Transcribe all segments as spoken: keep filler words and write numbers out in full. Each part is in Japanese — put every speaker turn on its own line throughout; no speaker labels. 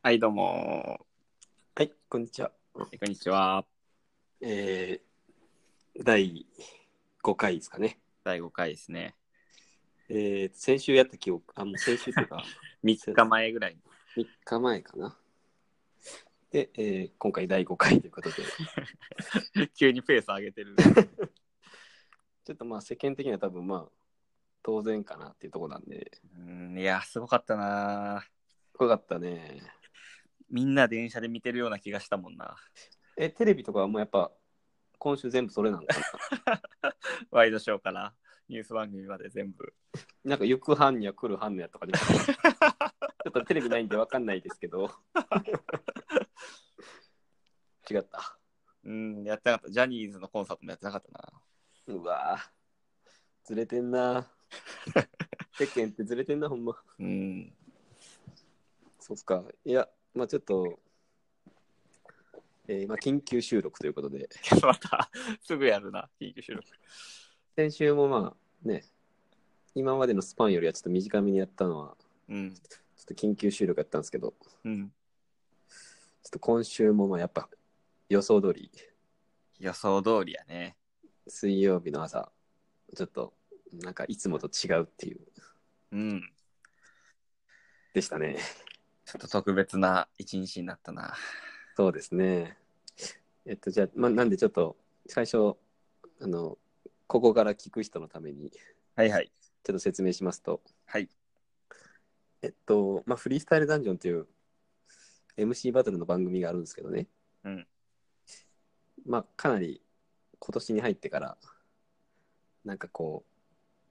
はい、どうも
はい、こんにちは。
ー。こんにちは。
えー、だいごかいですかね。
だいごかいですね。
えー、先週やった記憶、あ、もう先週っていうか、
みっかまえぐらいに。
みっかまえかな。で、えー、今回だいごかいということで、
急にペース上げてる。
ちょっとまあ世間的には多分まあ当然かなっていうところなんで、
うん、いや、すごかったな。
よかったね。
みんな電車で見てるような気がしたもんな。
え、テレビとかはもうやっぱ今週全部それなのか
ワイドショーからニュース番組まで全部。
な。なんか行く班には来る班のやとかで、ちょっとテレビないんでわかんないですけど、違った。
うん、やってなかった。ジャニーズのコンサートもやってなかったな。
うわぁ、ずれてんな。世間ってずれてんな、ほんま。
うん。
そっか。いや、まあちょっと、えーまあ、緊急収録ということで、
また、すぐやるな、緊急収録。
先週もまあね、今までのスパンよりはちょっと短めにやったのは、
うん。
ちょっと緊急収録やったんですけど、
うん。
ちょっと今週もまあやっぱ予想通り、
予想通りやね。
水曜日の朝、ちょっとなんかいつもと違うっていう、
うん。
でしたね。
ちょっと特別な一日になったな。
そうですね。えっと、じゃあ、まあ、なんでちょっと最初、あの、ここから聞く人のために、
はいはい。
ちょっと説明しますと、
はい。
えっと、まあ、フリースタイルダンジョンという エムシー バトルの番組があるんですけどね、
うん。
まあ、かなり今年に入ってから、なんかこう、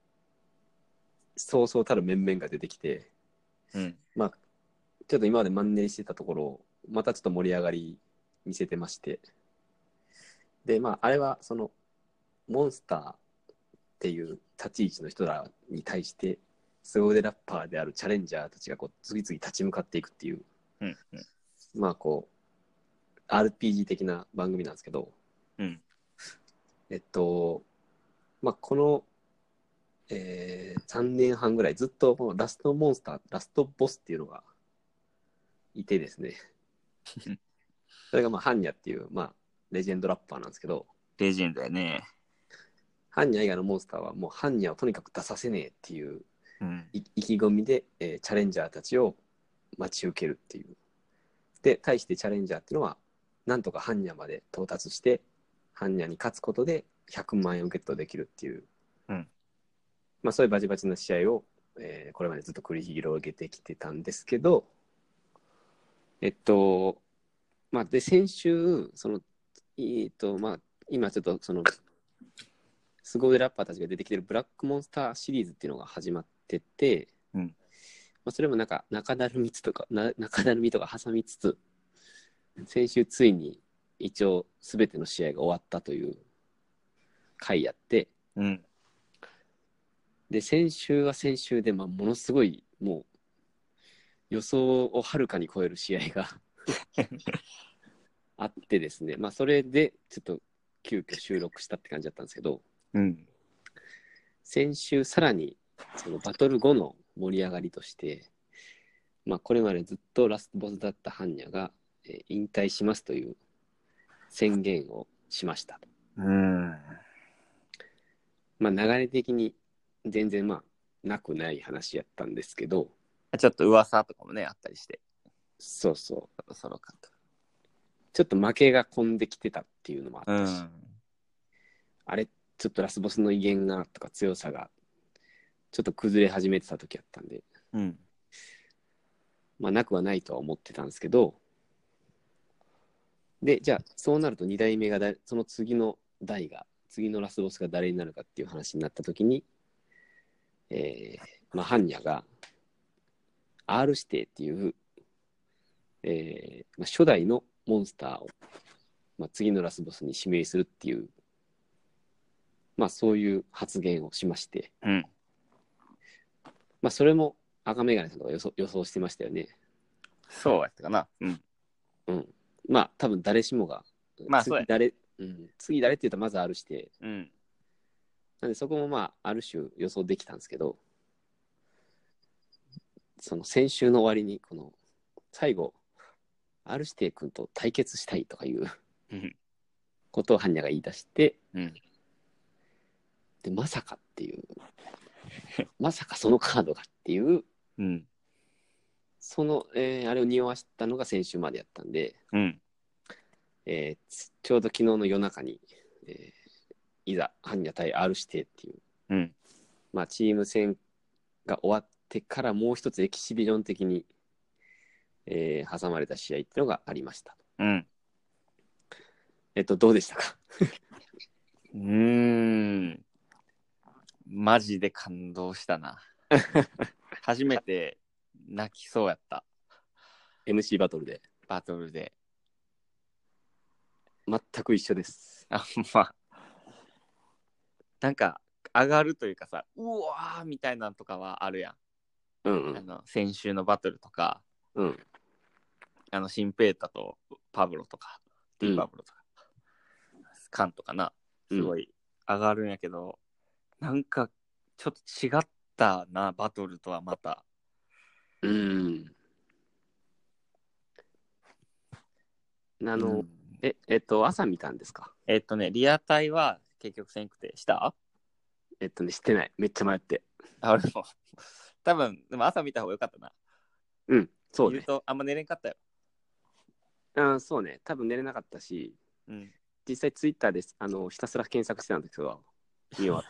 そうそうたる面々が出てきて、
うん。
まあ、ちょっと今までマンネリしてたところを、またちょっと盛り上がり見せてまして、で、まあ、あれは、その、モンスターっていう立ち位置の人らに対して、凄腕ラッパーであるチャレンジャーたちがこう次々立ち向かっていくっていう、
うん。うん。
まあこう、アールピージー 的な番組なんですけど、
うん。
えっと、まあこの、えー、さんねんはんぐらいずっとこのラストモンスター、ラストボスっていうのがいてですね、それがまあハンニャっていう、まあ、レジェンドラッパーなんですけど、
レジェンドやね。
ハンニャ以外のモンスターはもうハンニャをとにかく出させねえっていう
うん。
意気込みで、えーチャレンジャーたちを待ち受けるっていう。で、対してチャレンジャーっていうのは、なんとかハンニャまで到達して、ハンニャに勝つことでひゃくまん円をゲットできるっていう、
うん。
まあそういうバチバチな試合を、えーこれまでずっと繰り広げてきてたんですけど、えっと、まあで、先週、その、えっと、まあ、今ちょっとその、すごいラッパーたちが出てきてるブラックモンスターシリーズっていうのが始まってて、
うん。
まあ、それもなんか中だるみつとかな中だるみとか挟みつつ、先週ついに一応すべての試合が終わったという回やって、
うん。
で先週は先週で、まあ、ものすごいもう予想をはるかに超える試合があってですね、まあそれでちょっと急遽収録したって感じだったんですけど、
うん。
先週さらにそのバトル後の盛り上がりとして、まあ、これまでずっとラストボスだったハンニャが、えー引退しますという宣言をしましたと。
うん。
まあ、流れ的に全然まあなくない話やったんですけど、
ちょっと噂とかもね、あったりして。
そうそう、
そろそろかと。
ちょっと負けが込んできてたっていうのもあったし、
うん。
あれちょっとラスボスの威厳がとか強さがちょっと崩れ始めてた時やったんで、
うん。
まあなくはないとは思ってたんですけど、でじゃあそうなるとに代目がだその次の代が次のラスボスが誰になるかっていう話になった時に、えーまあ、ハンニャが R 指定っていう、えーまあ、初代のモンスターを、まあ、次のラスボスに指名するっていう、まあ、そういう発言をしまして、
うん。
まあ、それも赤メガネさんとか予想予想してましたよね。
そうやったかな。うん。
うん。まあ多分誰しもが
まあ、そうやね。
次誰、うん、次誰って言ったらまず R して、
うん。
なんでそこもまあある種予想できたんですけど、その先週の終わりにこの最後 R 指定君と対決したいとかいう
うん
ことをハンニャが言い出して、
うん、
でまさかっていうまさかそのカードがっていう、
うん、
その、えーあれを匂わしたのが先週までやったんで、
うん、
えーちょうど昨日の夜中に、えーいざハンニャ対 R 指定っていう、
うん、
まあ、チーム戦が終わってからもう一つエキシビジョン的に、えー挟まれた試合っていうのがありました。
うん。
えっとどうでしたか？
うーん。マジで感動したな。初めて泣きそうやった。
エムシー バトルで
バトルで。
全く一緒です。
あ、まあ。なんか、上がるというかさ、うわーみたいなのとかはあるやん。
うんうん
あの、先週のバトルとか、
うん、
あの、シンペータとパブロとか、ティーパブロとか、カンとかな、すごい上がるんやけど、うん、なんか、ちょっと違ったな、バトルとはまた。
うん。あの、うん、え、えっと、朝見たんですか？
えっとね、リアタイは結局せんくて、した
えっとね、してない。めっちゃ迷って。
あ、俺も。多分、でも朝見た方がよかったな。
うん、そうね。
言うと、あんま寝れんかったよ。
あ、そうね。多分寝れなかったし、
うん、
実際ツイッターであのひたすら検索してたんですけど、見終わった。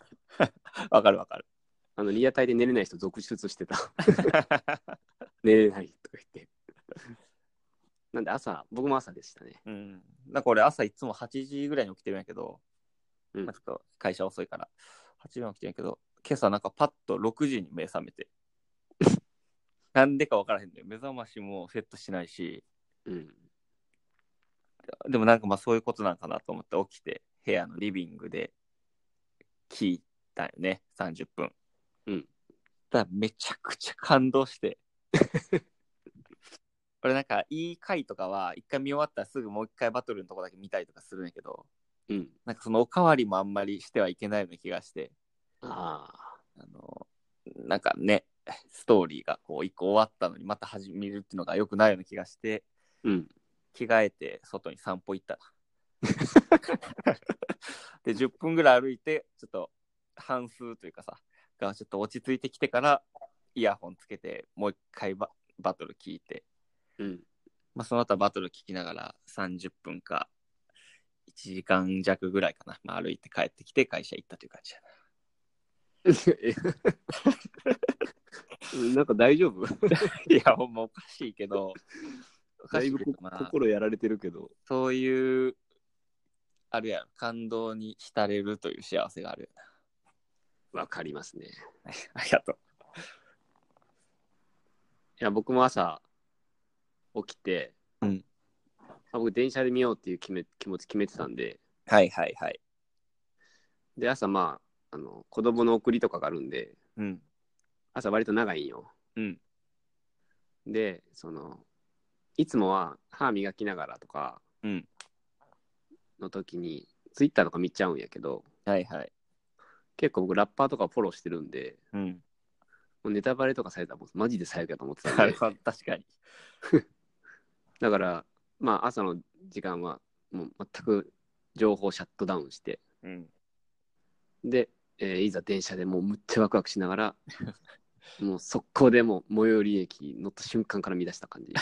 わかるわかる。
あのリアタイで寝れない人続出してた。寝れないとか言って。なんで朝、僕も朝でしたね。
うん。なんか俺朝いつもはちじぐらいに起きてるんやけど、
うん、
まあ、ちょっと会社遅いからはちじに起きてるんやけど、今朝なんかパッとろくじに目覚めて。なんでか分からへんね。目覚ましもセットしないし、
うん、
でもなんかまあそういうことなんかなと思って起きて、部屋のリビングで聞いたよね、さんじゅっぷん。
うん。
だからめちゃくちゃ感動して。俺なんかいい回とかは一回見終わったらすぐもう一回バトルのとこだけ見たりとかするんやけど、
うん、
なんかそのおかわりもあんまりしてはいけないような気がして、
あ
あのなんかね、ストーリーがこう一個終わったのにまた始めるっていうのが良くないような気がして、
うん、
着替えて外に散歩行ったらでじゅっぷんぐらい歩いてちょっと半数というかさがちょっと落ち着いてきてからイヤホンつけてもう一回 バ, バトル聞いて、
うん
まあ、その後バトル聞きながらさんじゅっぷんかいちじかん弱ぐらいかな、まあ、歩いて帰ってきて会社行ったという感じだな。
なんか大丈夫？
いやほんまおかしいけど、おか
だいぶ
しいけど、まあ、
心やられてるけど、
そういうあるやろ、感動に浸れるという幸せがあるよ
わかりますね。
な。ありがとう。
いや、僕も朝起きて、
うん、
僕電車で見ようっていう決め気持ち決めてたんで、
はいはいはい。
で朝まああの子供の送りとかがあるんで、
うん、
朝割と長いんよ。
うん、
で、そのいつもは歯磨きながらとか
うん、
の時にツイッターとか見ちゃうんやけど、
はいはい。
結構僕ラッパーとかフォローしてるんで、
うん、
もうネタバレとかされたらもうマジで最悪やと思ってたんで、
なるほど、確かに。
だからまあ朝の時間はもう全く情報シャットダウンして、
うん、
で、えーいざ電車でもうむっちゃワクワクしながらもう速攻でもう最寄り駅乗った瞬間から見出した感じ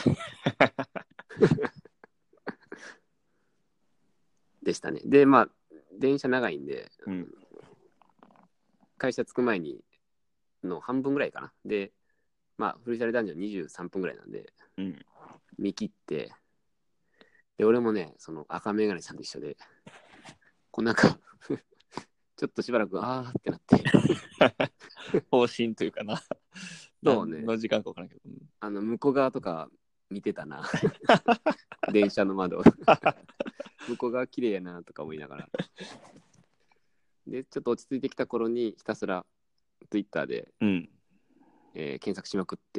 でしたね。でまあ電車長いんで、
うん、
会社着く前にの半分ぐらいかな。でまあフルシャルダンジョンにじゅうさんぷんぐらいなんで、
うん、
見切って、で俺もねその赤メガネさんと一緒でこうなんかちょっとしばらくあーってなって
方針というかな。
そうね。
何の時間か分からんけど。
あの向こう側とか見てたな電車の窓向こう側綺麗やなとか思いながら、でちょっと落ち着いてきた頃にひたすらツイッターで、
うん、
えー検索しまくって、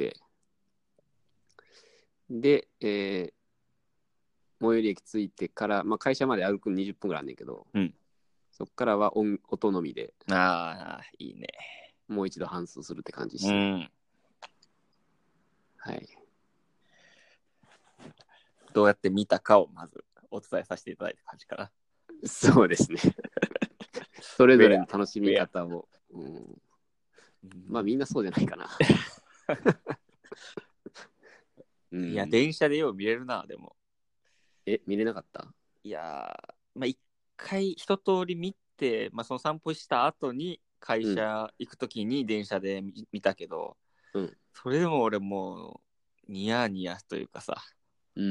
で、えー最寄り駅着いてから、まあ、会社まで歩くにじゅっぷんぐらいあんねんけど、
うん、
そっからは音音のみで
ああ、いいね。
もう一度反芻するって感じし
う
て、
ん。
はい。
どうやって見たかをまずお伝えさせていただいた感じかな。
そうですね。それぞれの楽しみ方を。うん、まあみんなそうじゃないかな。うん、
いや、電車でよう見れるな、でも。
え、見れなかった？
いやー、まあ一回一通り見て、まあその散歩した後に会社行くときに電車で 見,、見たけど、
うん、
それでも俺もうニヤニヤというかさ、
うん、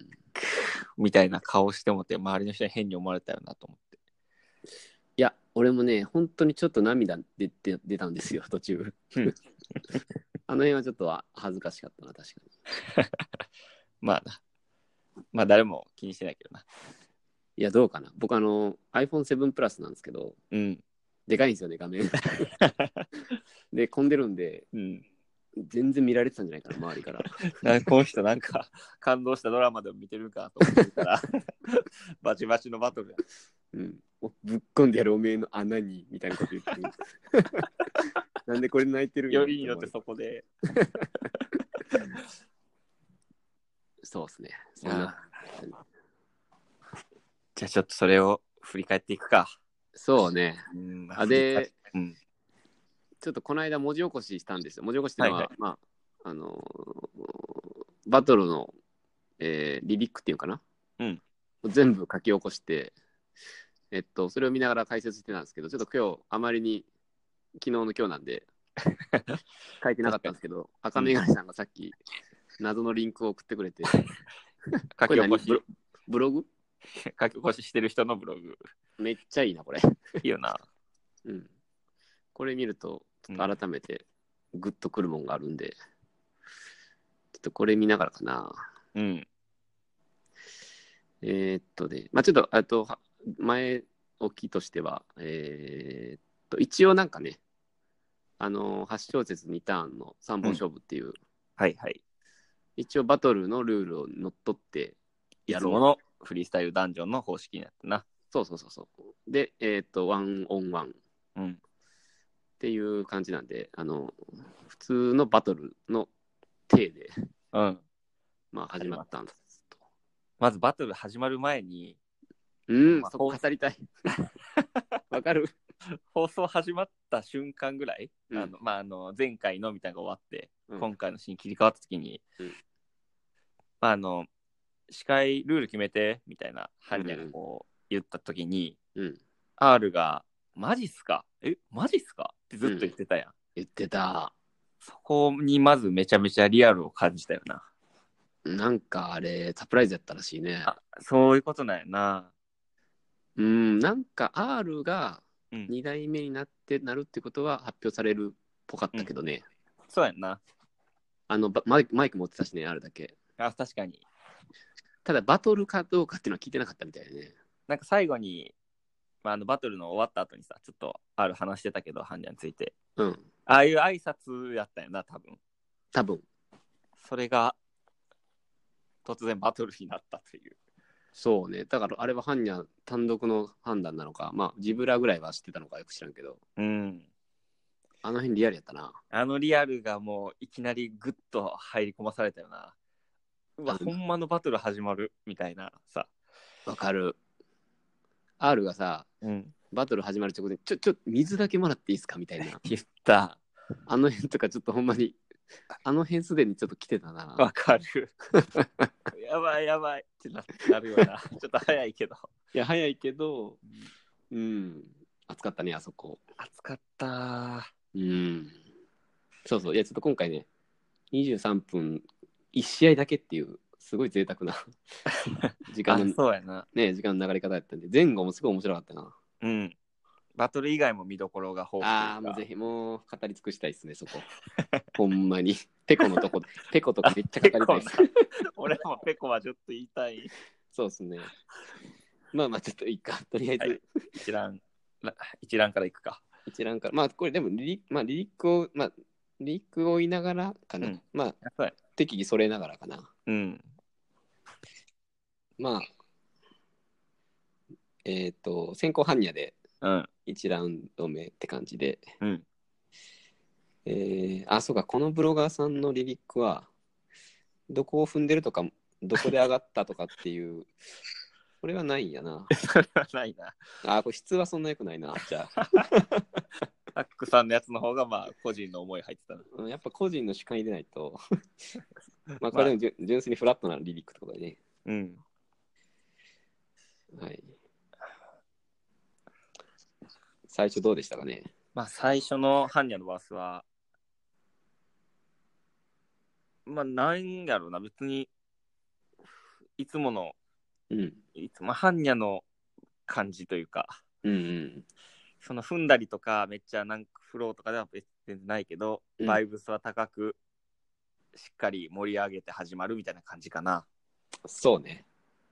みたいな顔してもって周りの人に変に思われたよなと思って。
いや、俺もね、本当にちょっと涙出て出たんですよ、途中。あの辺はちょっと恥ずかしかったな、確かに。
まあな。まあ誰も気にしてないけどな。
いや、どうかな。僕、あの、アイフォンセブン プラスなんですけど、
うん。
でかいんですよね、画面。で、混んでるんで、
うん。
全然見られてたんじゃないかな、周りから。
なんかこの人なんか感動したドラマでも見てるかと思ってたら、バチバチのバトルや。
うん、ぶっこんでやるおめえの穴にみたいなこと言ってる。なんでこれ泣いてるんや
よりによってそこで。
そうですね。そんな。
じゃあちょっとそれを振り返っていくか。
そうね。
うん、
あで、
うん、
ちょっとこの間文字起こししたんですよ。文字起こしっていうのは、
はいはい、
まあ、あのー、バトルの、えー、リリックっていうかな。
うん。
全部書き起こして、えっと、それを見ながら解説してたんですけど、ちょっと今日、あまりに昨日の今日なんで、書いてなかったんですけど、赤メガネさんがさっき、謎のリンクを送ってくれて、
書き起こし
ブロ、ブログ
書き起こししてる人のブログ。
めっちゃいいな、これ。
いいよな。
うん。これ見ると、ちょっと改めてグッとくるもんがあるんで、ちょっとこれ見ながらかな。
うん。
えー、っとね、まあちょっと、あと、前置きとしては、えー、っと、一応なんかね、あのー、はち小節にターンのさんぼん勝負っていう、うん、
はいはい。
一応バトルのルールを乗っ取ってやろう。
いつものフリースタイルダンジョンの方式になったな。
そうそうそうそう。で、えー、っと、ワンオンワン。
うん。
っていう感じなんで、あの、普通のバトルの体で、
うん。
まあ始まったんですと。
まずバトル始まる前に、
うん、
まあ、
そこ語りたい。わかる？
放送始まった瞬間ぐらい、
うん、
あのまあ、あの前回のみたいなのが終わって、
うん、
今回のシーン切り替わった時に、
うん、
まあ、あの司会ルール決めてみたいなハンニャがこう言った時に、
うん、
R がマジっすかえマジっすかってずっと言ってたやん、うん、
言ってた。
そこにまずめちゃめちゃリアルを感じたよな。
なんかあれサプライズやったらしいね。
あ、そういうことなんやな。
うん、なんか R がに代目になってなるってことは発表されるっぽかったけどね、
うん、そうやんな。
あのマイクマイク持ってたしね、 R だけ。
あ、確かに。
ただバトルかどうかっていうのは聞いてなかったみたいでね。
なんか最後に、まあ、あのバトルの終わった後にさ、ちょっと R 話してたけど、ハンニャについて、
うん、
ああいう挨拶やったよな、多分。
多分
それが突然バトルになったという。
そうね。だからあれはハンニャ単独の判断なのか、まあジブラぐらいは知ってたのかよく知らんけど、
うん。
あの辺リアルやったな。
あのリアルがもういきなりグッと入り込まされたよな。うわ、ほんまのバトル始まるみたいなさ。
わかる。R がさ、
うん、
バトル始まる直前、ちょ、ちょ、水だけもらっていいですかみたいな。
言った。
あの辺とかちょっとほんまに、あの辺すでにちょっと来てたな。
わかる。やばいやばいってななるよな。ちょっと早いけど。
いや、早いけど、うん。暑かったね、あそこ。
暑かった。
うん。そうそう。いや、ちょっと今回ね、にじゅうさんぷん、いち試合だけっていう、すごい贅沢な時間の、
そうやな。
ね、時間の流れ方やったんで、前後もすごい面白かったな。
うん。バトル以外も見どころが豊富。
ああ、もうぜひ、もう語り尽くしたいですね、そこ。ほんまに。ペコのとこ、ペコとかめっちゃ語りたいです。
俺もペコはちょっと言いたい。
そうですね。まあまあ、ちょっといいか。とりあえず、はい、
一覧、一覧からいくか。
一覧から。まあ、これでもリリ、まあ、リリックを、まあ、リリックを追いながらかな。うん、まあ、適宜それながらかな。
うん。
まあ、えっ、ー、と、先行般若で、
うん。
いちラウンド目って感じで。
うん。
えー、あ、そうか、このブロガーさんのリリックは、どこを踏んでるとかどこで上がったとかっていう、これはないんやな。
それはないな。
あ、これ質はそんな良くないな、じゃあ。
タックさんのやつの方がまあ個人の思い入ってたな。
うんやっぱ個人の主観入れないと。まあこ
まあ、
れでも純純粋にフラットなリリックってことだね。
うん。
はい。最初どうでしたかね。
まあ最初のハンニャのバースは、まあなんやろうな、別に、いつもの、
うん。
いつもハンニャの感じというか、
うんうん。
その踏んだりとか、めっちゃなんかフローとかでは別に全然ないけど、
うん
バイブスは高く、しっかり盛り上げて始まるみたいな感じかな。
そうね。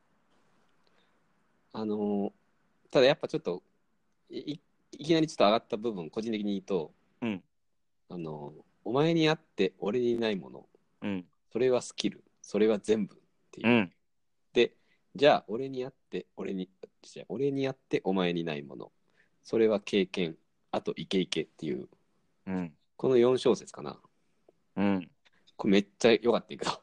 あのーただやっぱちょっとい、いきなりちょっと上がった部分、個人的に言うと、
うん。
あのーお前にあって俺にないもの、
うん。
それはスキル、それは全部っていう。
うん。
で、じゃあ俺にあって俺に、じゃあ俺にあってお前にないもの、それは経験、あとイケイケっていう、
うん。
このよん小節かな。
うん。
これめっちゃ良かったけど。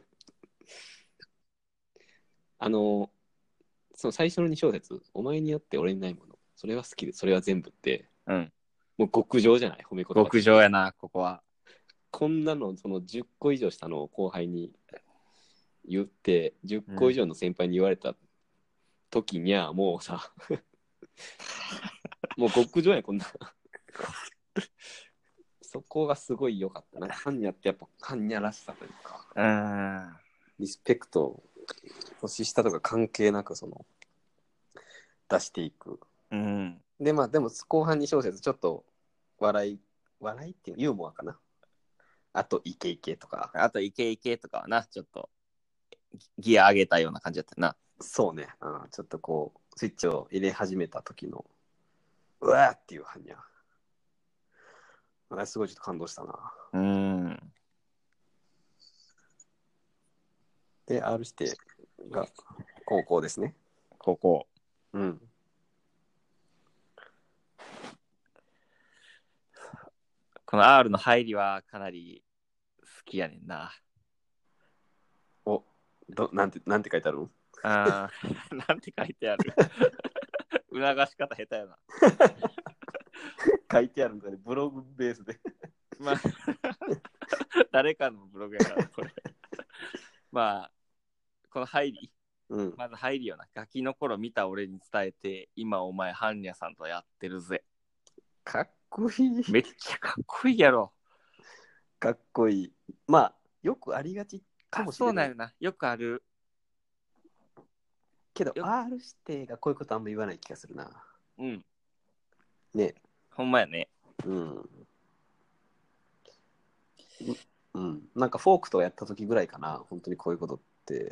あのーその最初のに小節、お前にあって俺にないもの、それはスキル、それは全部って、
うん。
もう極上じゃない褒め言葉。
極上やな、ここは。
こんなのそのじゅっこ以上下の後輩に言ってじゅっこ以上の先輩に言われた時にはもうさ、もう極上やこんな。そこがすごい良かったな。ハンニャってやっぱハンニャらしさというか、
うん。
リスペクト、年下とか関係なくその出していく。
うん。
でまあでも後半に小節ちょっと笑い笑いっていうユーモアかな。あとイケイケとか。
あとイケイケとかはな、ちょっとギア上げたような感じだったな。
そうね、うん、ちょっとこうスイッチを入れ始めた時のうわーっていうハンニャ。あれすごいちょっと感動したな。
うん。
で、R 指定が高校ですね。
ここ。
うん。
この R の入りはかなり好きやねんな。
お、どなんてなんて書いてあるの？
あーなんて書いてある促し方下手やな。
書いてあるんだね、ブログベースで。
まあ、誰かのブログやから、これ。まあ、この入り。
うん。
まず入りよな。ガキの頃見た俺に伝えて、今お前、ハンニャさんとやってるぜ。
かっこいい。
めっちゃかっこいいやろ。
かっこいい。まあ、よくありがちかもしれない。
そうなんよな。よくある。
けど、
よ
R 指定がこういうことあんま言わない気がするな。
うん。
ね。
ほんまやね。
うん。うん。なんかフォークとかやった時ぐらいかな。本当にこういうことって、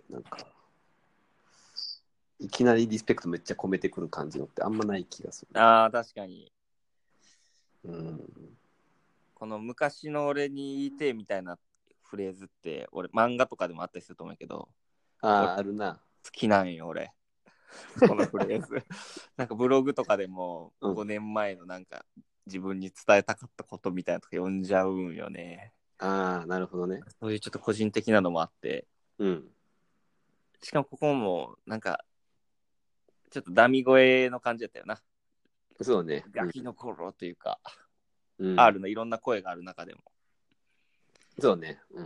なんか、いきなりリスペクトめっちゃ込めてくる感じのってあんまない気がする。
ああ、確かに。
うん。
この昔の俺に言いてえみたいなフレーズって、俺、漫画とかでもあったりすると思うけど、
ああ、あるな。
好きなんよ、俺。このフレーズ。なんかブログとかでも
うん
ごねんまえのなんか自分に伝えたかったことみたいなとか読んじゃうんよね。
ああ、なるほどね。
そういうちょっと個人的なのもあって。
うん。
しかもここもなんかちょっとダミ声の感じだったよな。
そうね。
ガキの頃というか、
うん、
R のいろんな声がある中でも。
そうね。うん。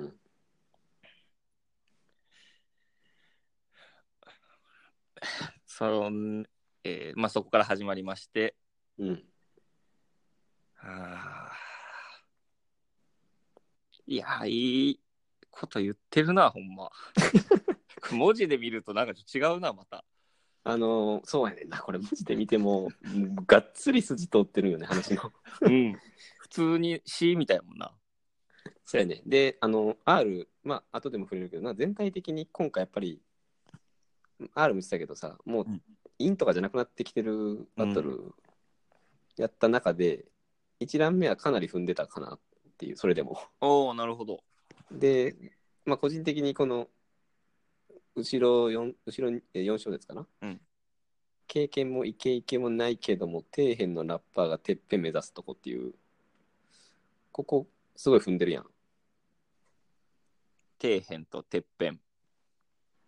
その、えーまあ、そこから始まりまして、
うん。
はあ、いや、いいこと言ってるな、ほんま。文字で見るとなんかちょっと違うな、また。
あのー、そうやねんな。これ文字で見ても、がっつり筋通ってるよね、話の。
うん。普通に C みたいもんな。
そうやね。で、あの、R、まあ、後でも触れるけどな、全体的に今回やっぱり、R も言ってたけどさ、もう、インとかじゃなくなってきてるバトルやった中で、一段目はかなり踏んでたかなっていう、それでも。
おお、なるほど。
で、まあ、個人的にこの、後ろよん、後ろよん小節かな、
うん、
経験もイケイケもないけども底辺のラッパーがてっぺん目指すとこっていう、ここすごい踏んでるやん。
底辺とてっぺん。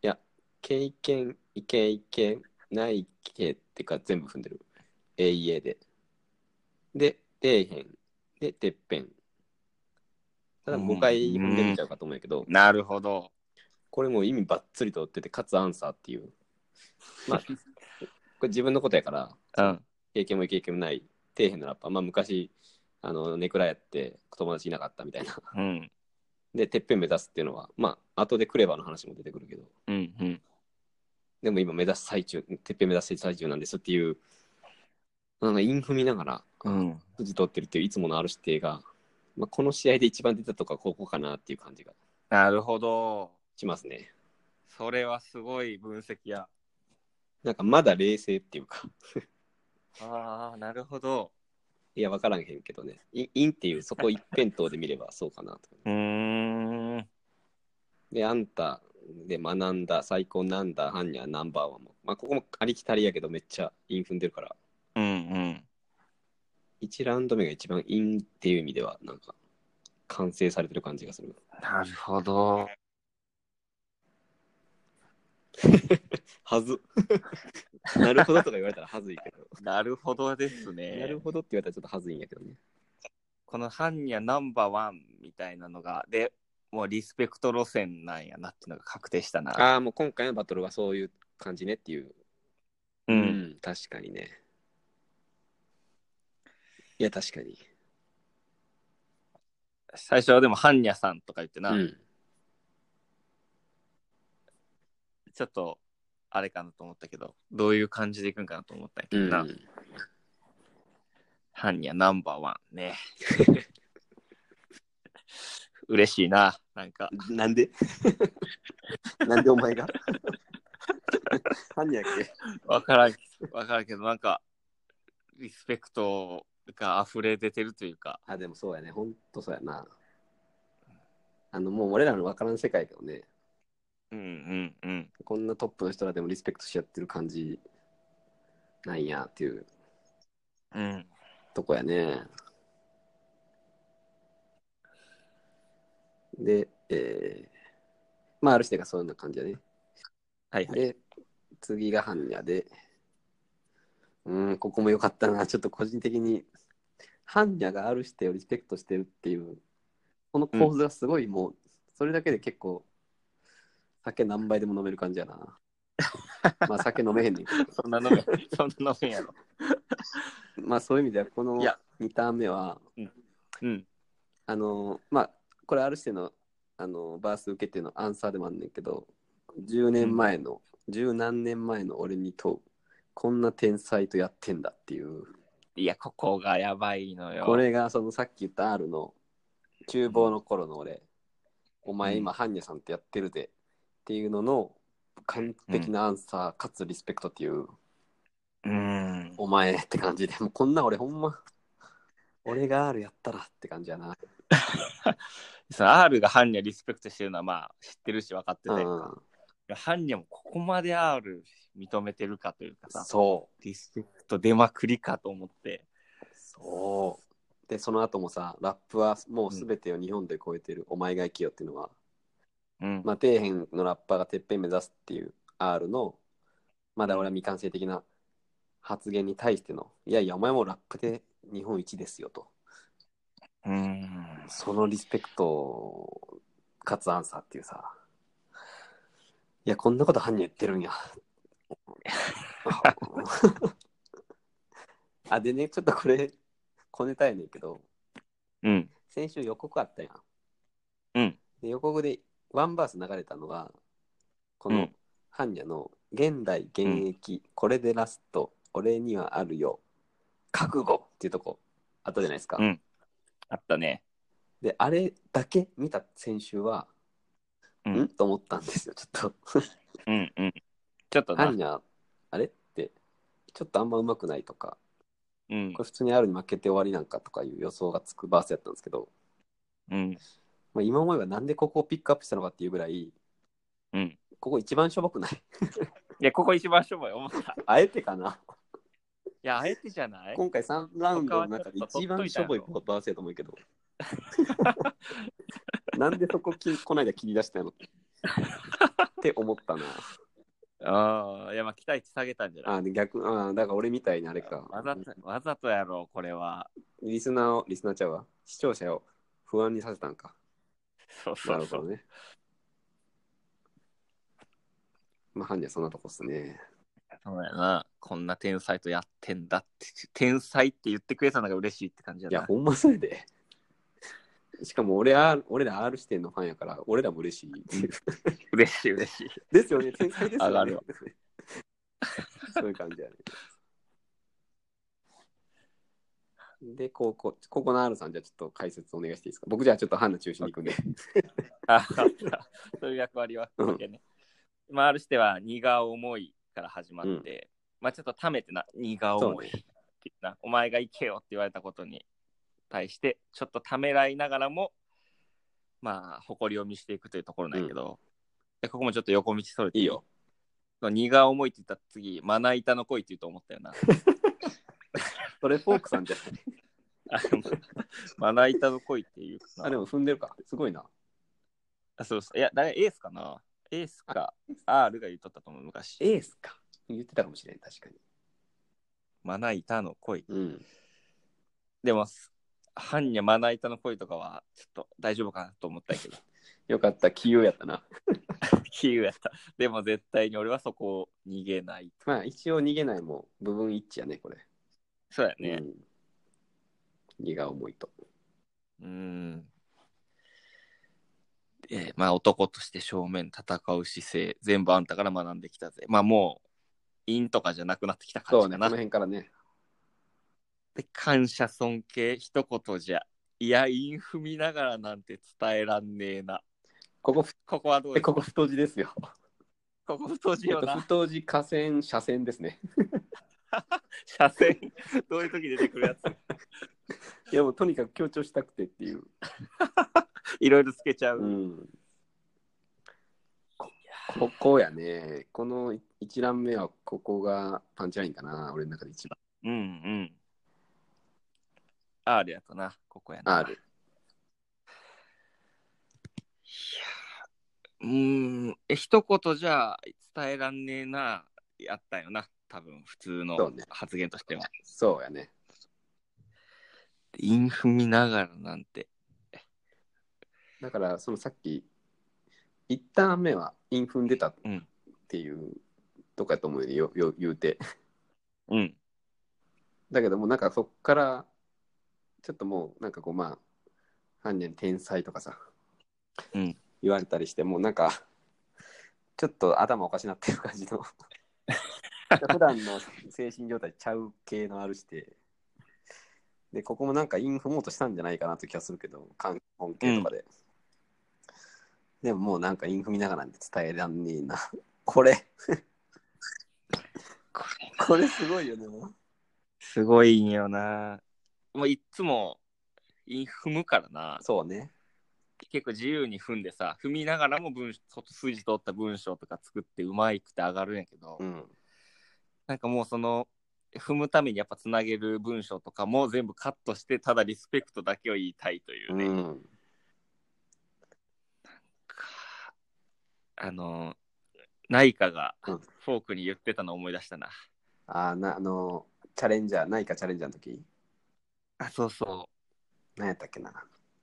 経験、いけいけ、ないけってか全部踏んでる。えいえで。で、底辺。で、てっぺん。ただごかい踏んでるんちゃうかと思うんやけど、
なるほど。
これもう意味ばっつりとってて、かつアンサーっていう。まあ、これ自分のことやから、
うん。
経験もいけいけもない底辺のラッパー。まあ昔、あの、ネクラやって友達いなかったみたいな。
うん。
で、てっぺん目指すっていうのは、まあ、後でクレバーの話も出てくるけど、
うんうん。
でも今目指す最中、てっぺん目指す最中なんですっていう、なんかインフ見ながら、
うん。
筋取ってるっていういつものある指定が、まあ、この試合で一番出たとかここかなっていう感じが
なるほど。
しますね。
それはすごい分析や。
なんかまだ冷静っていうか
ああ、なるほど。
いや、わからんへんけどね。イインっていうそこ一辺倒で見ればそうかなと。
うーん。
で、あんたで学んだ最高なんだ、ハンニャナンバーワンも。まあ、ここもありきたりやけどめっちゃイン踏んでるから、
うんうん。
いちラウンド目が一番インっていう意味では、なんか完成されてる感じがする。
なるほど。
はず。なるほどとか言われたらはずいけど。
なるほどですね。
なるほどって言われたらちょっとはずいんやけどね。
このハンニャナンバーワンみたいなのが、で、もうリスペクト路線なんやなっていうのが確定したな。
ああ、もう今回のバトルはそういう感じねっていう。
う、
うんん、確かにね。いや、確かに。
最初はでもハンニャさんとか言ってな、
うん。
ちょっとあれかなと思ったけど、どういう感じでいくんかなと思ったんやけどな。
うん。
ハンニャナンバーワンね。嬉しいな、なんか。
なんでなんでお前が何やっけ
わからん、わからんけど、なんか、リスペクトが溢れ出てるというか。
あ、でもそうやね。ほんとそうやな。あの、もう俺らの分からん世界だけどね。
うんうんうん。
こんなトップの人らでもリスペクトし合ってる感じなんやっていう
うん。
とこやね。で、えー、まあ、ある人がそういうような感じやね。
はいはい。
で、次が般若で、うん、ここも良かったな。ちょっと個人的に、般若がある人をリスペクトしてるっていう、この構図がすごいもう、それだけで結構、酒何杯でも飲める感じやな。まあ酒飲めへんねんけど。
そんな飲め、そんな飲めんやろ。
まあそういう意味では、この
いや、
にターン目は、
うん。
あの、まあ、これある人の、あの、バース受けてのアンサーでもあんねんけど、じゅうねんまえの、十何年前の俺に問う、こんな天才とやってんだっていう。
いや、ここがやばいのよ。
これがそのさっき言った R の厨房の頃の俺、お前今、ハンニャさんってやってるでっていうのの完璧なアンサーかつリスペクトっていう、
うん。
お前って感じで、もうこんな俺ほんま、俺が R やったらって感じやな。
その R がハンニャリスペクトしてるのはまあ知ってるし分かってたやんか。
うん、
ハンニャもここまで R 認めてるかというかさ、
そ
リスペクト出まくりかと思って。
う。そう。で、その後もさ、ラップはもうすべてを日本で超えてる、お前が生きよっていうのは、
うん。
まあ、底辺のラッパーがてっぺん目指すっていう R の、まだ俺は未完成的な発言に対しての、いやいや、お前もラップで日本一ですよと。
うん。
そのリスペクトかつアンサーっていうさ、いや、こんなこと犯人言ってるんや。あ、でね、ちょっとこれ、小ネタやねんけど、
うん。
先週予告あったやん。
うん。
で予告でワンバース流れたのが、この
うん
般若の現代現役、これでラスト、俺にはあるよ、覚悟っていうとこあったじゃないですか。
うん。あったね。
で、あれだけ見た先週は、
うん
んと思ったんですよ、ちょっと。
うんうん。ちょっとな。
般若、あれって、ちょっとあんま上手くないとか、
うん
これ普通に R に負けて終わりなんかとかいう予想がつくバースやったんですけど、
うん
まあ、今思えばなんでここをピックアップしたのかっていうぐらい、
うん。
ここ一番しょぼくない
いや、ここ一番しょぼい思った。い
あえてかな
や、あえてじゃない
今回さんラウンドの中で一番しょぼいバースやと思うけど。なんでそこきこないだ切り出したのって思ったな。
ああ、いや、まあ期待値下げたんじゃない？
あ、で逆、あ、だから俺みたいにあれか。
わざと、わざとやろう、これは。
リスナーを、リスナーちゃうわ。視聴者を不安にさせたんか。
そうそうそう。
なるほどね。まあ、犯人はそんなとこっすね。
そうやな。こんな天才とやってんだって。天才って言ってくれたのが嬉しいって感じや
いや、
な。
ほんまそれで。しかも俺、R、俺ら R 視点のファンやから、俺らも嬉しいっていう。
嬉しい嬉しい。
ですよね、天才ですよね。
上がるわ。
そういう感じやね。で、ここ、ここの R さん、じゃあちょっと解説お願いしていいですか。僕じゃあちょっとハンナ中心に行くんで。
あ、そういう役割は、
うん
わけね。まあ、あるしては、荷が重いから始まって、まあちょっとためてな、荷が重いって言うな。お前が行けよって言われたことに対して、ちょっとためらいながらも、まあ、誇りを見せていくというところなんやけど、でここもちょっと横道それて
いいよ。
荷が重いって言ったら次、まな板の恋って言うと思ったよな。
それフォークさんじゃない。
あまな板の恋っていう
あ、でも踏んでるか。すごいな。
あ、そうそう。いや、誰エースかなエースか R が言っとったと思う、昔。
エースか。言ってたかもしれん、確かに。
まな板の恋。
うん。
でも、般若まな板の恋とかは、ちょっと大丈夫かなと思ったけど。
よかった、器用やったな。
キーやった。でも絶対に俺はそこを逃げない。
まあ、一応逃げないも部分一致やね、これ。
そうやね。
うん。荷が重いと。
うーん。えーまあ男として正面戦う姿勢、全部あんたから学んできたぜ。まあもう、陰とかじゃなくなってきた感
そうね、こ
じかな。
の辺からね。
で、感謝尊敬、一言じゃ。いや、陰踏みながらなんて伝えらんねえな。
ここ、
ここはどうですか？
ここ太字ですよ。
ここ太字よな。
太字河川車線ですね。
車線、どういう時出てくるやつ？
いやもうとにかく強調したくてっていう。
いろいろつけちゃう。
うん。こここやね。この一覧目はここがパンチラインかな。俺の中で一番。
うんうん。R やとな、ここやな。
R。
いや、うーん、え、一言じゃ伝えらんねえな、やったよな、多分普通の発言としては。
そうやね。
陰踏みながらなんて。
だからそのさっき一旦目はインフン出たっ
うん。
ていうとかやと思うよ、よ言うて。
うん。
だけどもうなんかそっからちょっともうなんかこうまあ犯人天才とかさ、
うん。
言われたりしてもうなんかちょっと頭おかしなっていう感じの普段の精神状態ちゃう系のあるしてでここもなんかイン踏もうとしたんじゃないかなという気がするけど関本系とかで、うん、でももうなんかイン踏みながらで伝えらんねえなこれこれすごいよね。
すごいんよな。もういっつもイン踏むからな。
そうね。
結構自由に踏んでさ、踏みながらも文筋通った文章とか作ってうまいくて上がるんやけど、
うん、なん
かもうその踏むためにやっぱつなげる文章とかも全部カットしてただリスペクトだけを言いたいというね、うん、なんかあのナイカがフォークに言ってたのを思い出したな、
うん、あなあのチャレンジャーナイカチャレンジャーの時
あそうそう
何やったっけな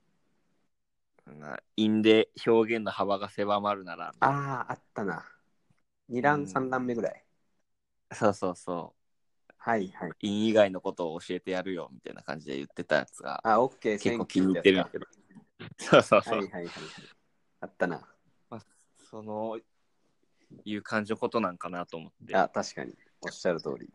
韻で表現の幅が狭まるなら
あああったなに段さん段目ぐらい、
うん、そうそうそう
はいはい
韻以外のことを教えてやるよみたいな感じで言ってたやつが
あオッケー
結構気に入ってるんだけど
そうそうそうはいはいはい、はい、あったな、
まあ、そのいう感じのことなんかなと思って
あ確かにおっしゃる通り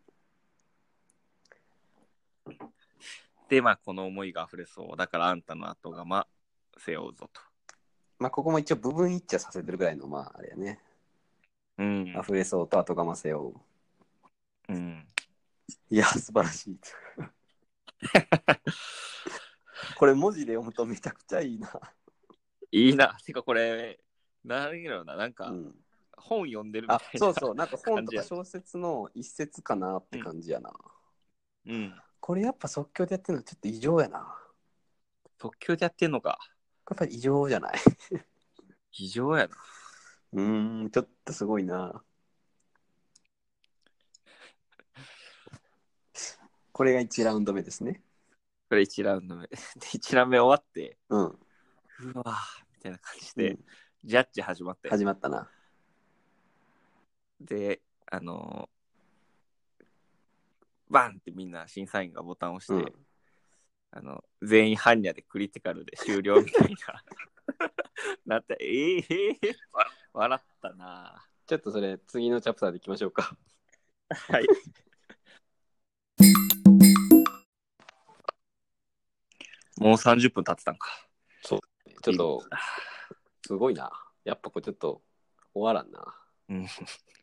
でまあこの思いが溢れそうだからあんたの後釜背負うぞと
まあここも一応部分一致させてるぐらいのまああれやね
うん
溢れそうと後釜背負う
うん
いや素晴らしいこれ文字で読むとめちゃくちゃいいない
いなてかこれ何やろうななんか、うん、本読んでるみたいな
あそうそうなんか本とか小説の一節かなって感じやな
うん、うん、
これやっぱ即興でやってるのちょっと異常やな
即興でやってんのか
やっぱり異常じゃない
異常やな
うーんちょっとすごいなこれがいちラウンド目ですね。
これいちラウンド目。で、いちラウンド目終わって、
うん。
うわーみたいな感じで、
うん、
ジャッジ始まって。
始まったな。
で、あのー、バンってみんな審査員がボタンを押して、
うん、
あの、全員ハンニャでクリティカルで終了みたいな。なった、えー、えー、笑ったな。
ちょっとそれ次のチャプターでいきましょうか。
はい。もうさんじゅっぷん経ってたんか。
そう。ちょっと、すごいな。やっぱこれちょっと終わらんな。
うん。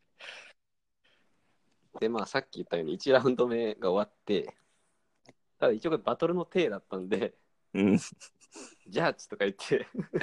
で、まあさっき言ったようにいちラウンド目が終わって、ただ一応これバトルの体だったんで、
うん。
ジャッジとか言って、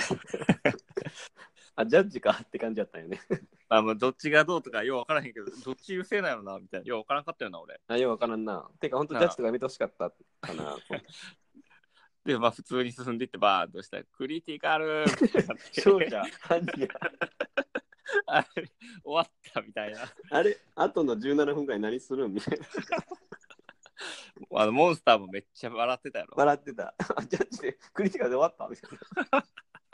あ、ジャッジかって感じだったよね。
あ、もうどっちがどうとかよう分からへんけど、どっち優勢なのなみたいな。よう分からんかったよな、俺。
あ、ようわからんな。てか、ほんとジャッジとかやめてほしかったかな。
で、まあ普通に進んでいってバーンとしたら、クリティカルみたいになって。
勝者、ハンニャ。
あれ、終わったみたいな。
あれ、あとのじゅうななふんくらい何するんみたいな。
あのモンスターもめっちゃ笑ってたやろ。
笑ってた。ジャッジでクリティカルで終わったみたいな。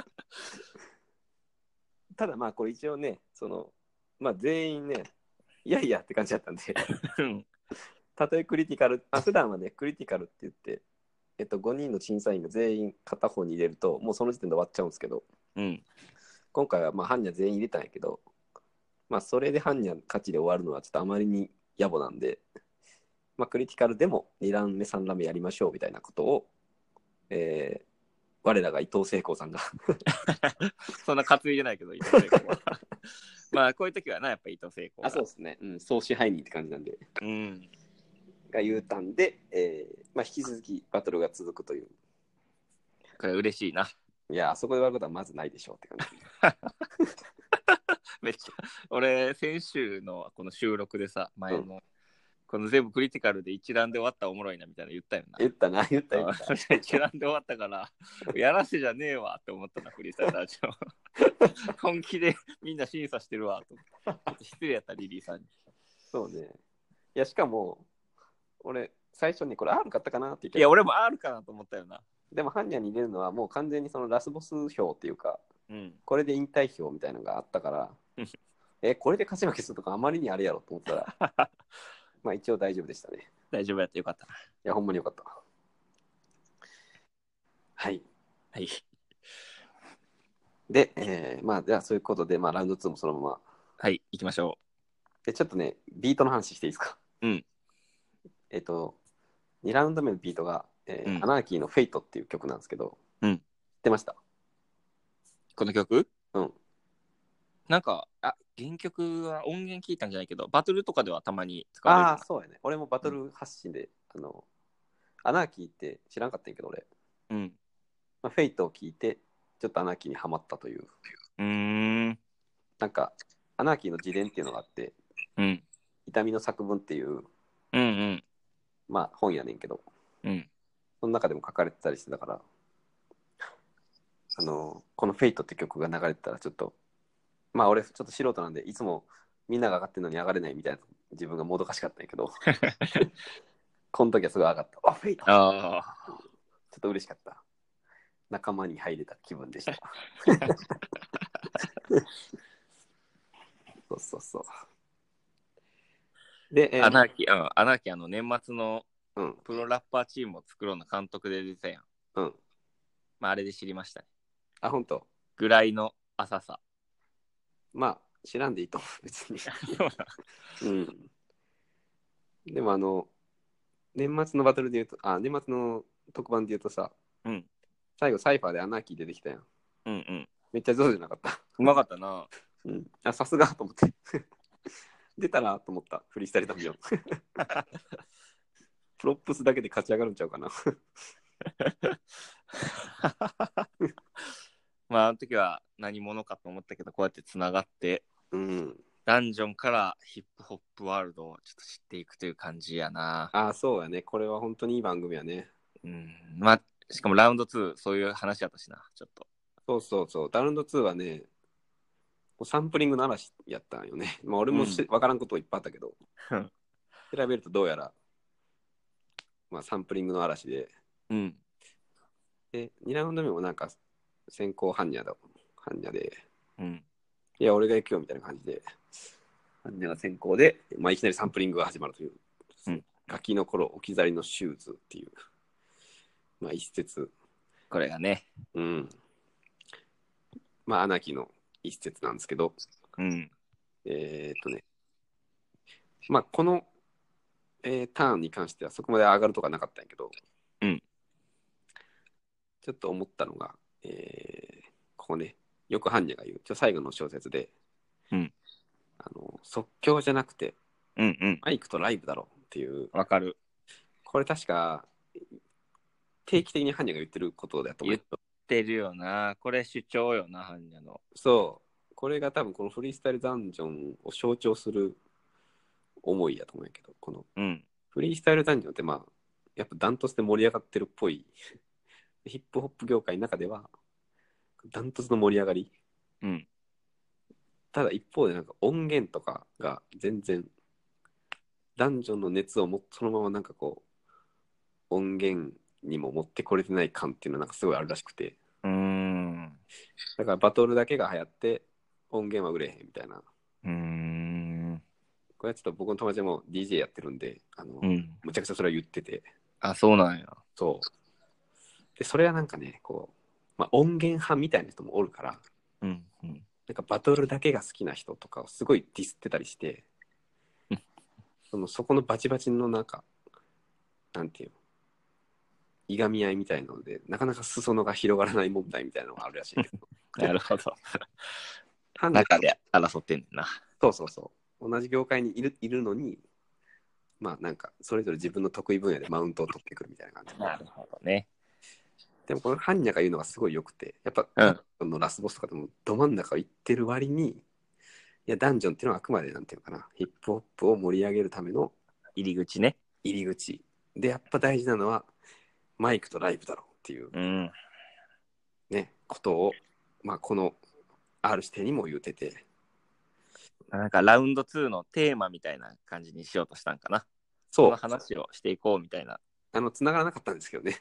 ただまあこれ一応ね、その、まあ全員ね、いやいやって感じだったんで、たとえクリティカル、あ、普段はね、クリティカルって言って、えっと、ごにんの審査員が全員片方に入れると、もうその時点で終わっちゃうんですけど、
うん、
今回はまあハンニャ全員入れたんやけど、まあそれでハンニャ勝ちで終わるのはちょっとあまりに野暮なんで、まあクリティカルでもにラウンド目、さんラウンド目やりましょうみたいなことを、えー、我らが伊藤聖子さんが
そんな担いでないけど、伊藤聖子は。まあこういう時はな、やっぱ伊藤聖子が。
あ、そうですね。うん、総支配人って感じなんで。
うん。
が言うたんで、えーまあ、引き続きバトルが続くという。
これ嬉しいな。
いや、あそこで終わることはまずないでしょうって感じ。
めっちゃ、俺、先週のこの収録でさ、前の、うん、この全部クリティカルで一覧で終わったらおもろいなみたいな言ったよな。
言ったな、言った言った。
一覧で終わったから、やらせじゃねえわって思ったな、フリースタイルラジオ。本気でみんな審査してるわと思って。失礼やった、リリーさんに。
そうね。いや、しかも、俺、最初にこれ R 買ったかなって言って。
いや、俺も R かなと思ったよな。
でも、ハンニャに入れるのはもう完全にそのラスボス票っていうか、
うん、
これで引退票みたいなのがあったから、え、これで勝ち負けするとかあまりにあれやろと思ったら、まあ一応大丈夫でしたね。
大丈夫やってよかったな。い
や、ほんまによかった。はい。
はい。
で、えー、まあ、じゃあそういうことで、まあ、ラウンドツーもそのまま。
はい、行きましょ
う。で、ちょっとね、ビートの話していいですか。
うん。
えっと、にラウンド目のビートが、えーうん、アナーキーのフェイトっていう曲なんですけど、
うん。知っ
てました？
この曲？
うん。
なんか、あ、原曲は音源聞いたんじゃないけど、バトルとかではたまに使われる。
ああ、そうやね。俺もバトル発信で、うん、あの、アナーキーって知らんかったんやけど、俺。
うん。
まあ、フェイトを聞いて、ちょっとアナーキーにはまったという。
うーん。
なんか、アナーキーの自伝っていうのがあって、
うん。
痛みの作文っていう、
うんうん。
まあ、本やねんけど、
うん。
その中でも書かれてたりしてたから、あの、このフェイトって曲が流れてたらちょっと、まあ俺ちょっと素人なんで、いつもみんなが上がってるのに上がれないみたいな自分がもどかしかったんやけど、この時はすごい上がった。あ、フェイト！ああ。ちょっと嬉しかった。仲間に入れた気分でした。そうそうそう。で、
えー、アナーキー、うん、アナーキーあの年末の
うん、
プロラッパーチームを作ろうの監督で出てたやん。
うん。
まああれで知りましたね。
あ、ほんと？
ぐらいの浅さ。
まあ、知らんでいいと思う、別に。うん。でもあの、年末のバトルで言うと、あ、年末の特番で言うとさ、
うん。
最後サイファーでアナーキー出てきたやん。
うんうん。
めっちゃ上手じゃなかった。
うまかったな。
うん。あ、さすがと思って。出たなと思った、フリースタイルダンジョン。プロップスだけで勝ち上がるんちゃうかな。
まあ、あの時は何者かと思ったけど、こうやってつながって、
うん、
ダンジョンからヒップホップワールドをちょっと知っていくという感じやな。
ああ、そうやね。これは本当にいい番組やね。
うん。まあ、しかもラウンドツー、そういう話やったしな、ちょっと。
そうそうそう。ラウンドツーはね、サンプリングの嵐やったんよね。まあ、俺もし、うん、分からんこといっぱいあったけど、調べるとどうやら、 まあ、サンプリングの嵐で、
うん。
で、にラウンド目もなんか先行ハンニャだ、ハンニャで、
うん。
いや、俺が行くよみたいな感じで、ハンニャが先行で、まあ、いきなりサンプリングが始まるという、
うん、
ガキの頃置き去りのシューズっていう、まあ、一節。
これがね。
うん。まあ、アナキの一節なんですけど、
うん。
えー、っとね、まあ、この、えーターンに関してはそこまで上がるとかなかったんやけど、
うん。
ちょっと思ったのが、えーここね、よくハンニャが言う、ちょ最後の小説で、
うん。
あの即興じゃなくて、
うんうん。
マイクとライブだろうっていう、
わかる。
これ確か、定期的にハンニャが言ってることだと思う。
言ってるよな。これ主張よな、ハンニャの。
そう。これが多分このフリースタイルダンジョンを象徴する思いやと思うんやけど、この
うん。
フリースタイルダンジョンってまあ、やっぱダントツで盛り上がってるっぽい、ヒップホップ業界の中では、ダントツの盛り上がり。
うん。
ただ一方でなんか音源とかが全然、ダンジョンの熱をもそのままなんかこう、音源にも持ってこれてない感っていうのはなんかすごいあるらしくて。
うーん。
だからバトルだけが流行って音源は売れへんみたいな。
うーん。
これはちょっと僕の友達も ディージェー やってるんで、あの、
うん。
むちゃくちゃそれは言ってて。
あ、そうなんや。
そうでそれはなんかねこう、まあ、音源派みたいな人もおるから、
うん。うん。
なんかバトルだけが好きな人とかをすごいディスってたりして
うん
そのそこのバチバチのなんかなんていうのいがみ合いみたいなのでなかなか裾野が広がらない問題みたいなのがあるらしいけど
なるほど。
ハンニャ
中で争ってんねんな。
そうそうそう同じ業界にいるいるのにまあなんかそれぞれ自分の得意分野でマウントを取ってくるみたいな感じ
なるほどね。
でもこのハンニャが言うのがすごい良くてやっぱ、
うん
ダンジョンのラスボスとかでもど真ん中を行ってる割にいやダンジョンっていうのはあくまでなんていうのかなヒップホップを盛り上げるための
入り口ね。
入り口でやっぱ大事なのはマイクとライブだろうっていう
うん。
ねことをまあこの R 指定にも言うてて
なんかラウンドツーのテーマみたいな感じにしようとしたんかな。そ
そう
の話をしていこうみたいな。
あの繋がらなかったんですけどね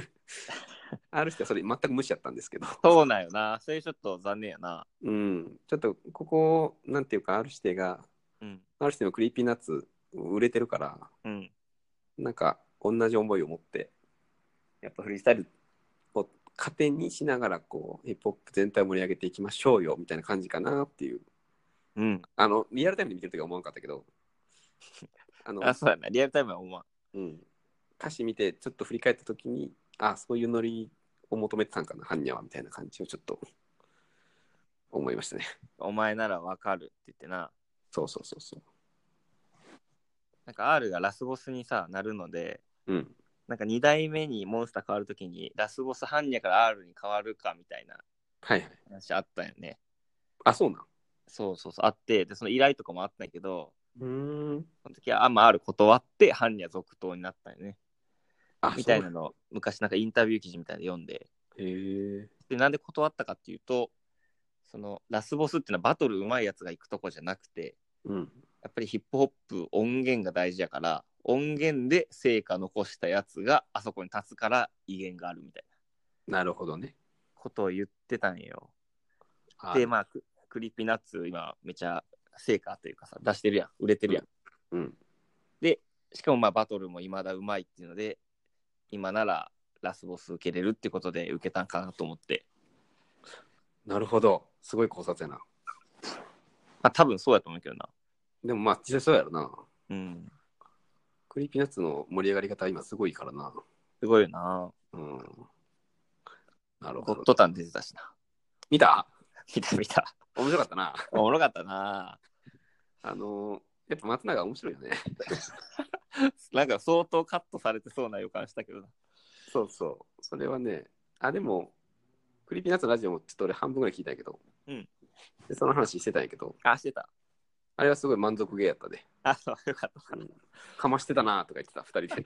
R 指定はそれ全く無視やったんですけど
そうなんよな。それちょっと残念やな。
うんちょっとここなんていうか R 指定が
うん。
R 指定のクリーピーナッツ売れてるから
うん。
なんか同じ思いを持ってやっぱフリースタイルを糧にしながらこうヒップホップ全体を盛り上げていきましょうよみたいな感じかなっていう
うん。
あのリアルタイムで見てる時は思わなかったけどあの
あ、そうやな。リアルタイムは思わん。
うん、歌詞見てちょっと振り返った時にあそういうノリを求めてたんかなハンニャはみたいな感じをちょっと思いましたね
お前ならわかるって言ってな。
そうそうそうそう
なんか R がラスボスにさ、なるので、
うん
なんかに代目にモンスター変わるときに、ラスボスハンニャから R に変わるかみたいな
はいはい
話あったよね。
あそうなん
そうそうそう、あって、で、その依頼とかもあったんやけど、
うーん
その時はあんま R 断って、ハンニャ続投になったんよね。
あ
みたいなのを昔なんかインタビュー記事みたいで読んで、
へえ
で、なんで断ったかっていうと、そのラスボスっていうのはバトル上手いやつが行くとこじゃなくて、
うん
やっぱりヒップホップ音源が大事やから、音源で成果残したやつがあそこに立つから威厳があるみたいな
なるほどね
ことを言ってたんよ。
あ
で、まあ、ククリーピーナッツ今めちゃ成果というかさ、出してるやん。売れてるやん。
うん
で、しかもまあバトルも未だうまいっていうので、今ならラスボス受けれるってことで受けたんかなと思って。
なるほどすごい考察やな
まあ多分そうやと思うけどな。
でもまあ実際そうやろな
うん。
クリーピーナッツの盛り上がり方今すごいからな
すごいよな。
うんなる
ゴ
ほど
ッドタン出てたしな。
見た
見た見た。
面白かったな
おもろかったな。
あのー、やっぱ松永面白いよね
なんか相当カットされてそうな予感したけどな。
そうそう。それはね、あ、でも、クリーピーナッツのラジオもちょっと俺半分ぐらい聞いたんやけど、
うん
でその話してたんやけど、
あ、してた。
あれはすごい満足げやったで。
あ、そう、よかった。
うん、かましてたなとか言ってた、二人で。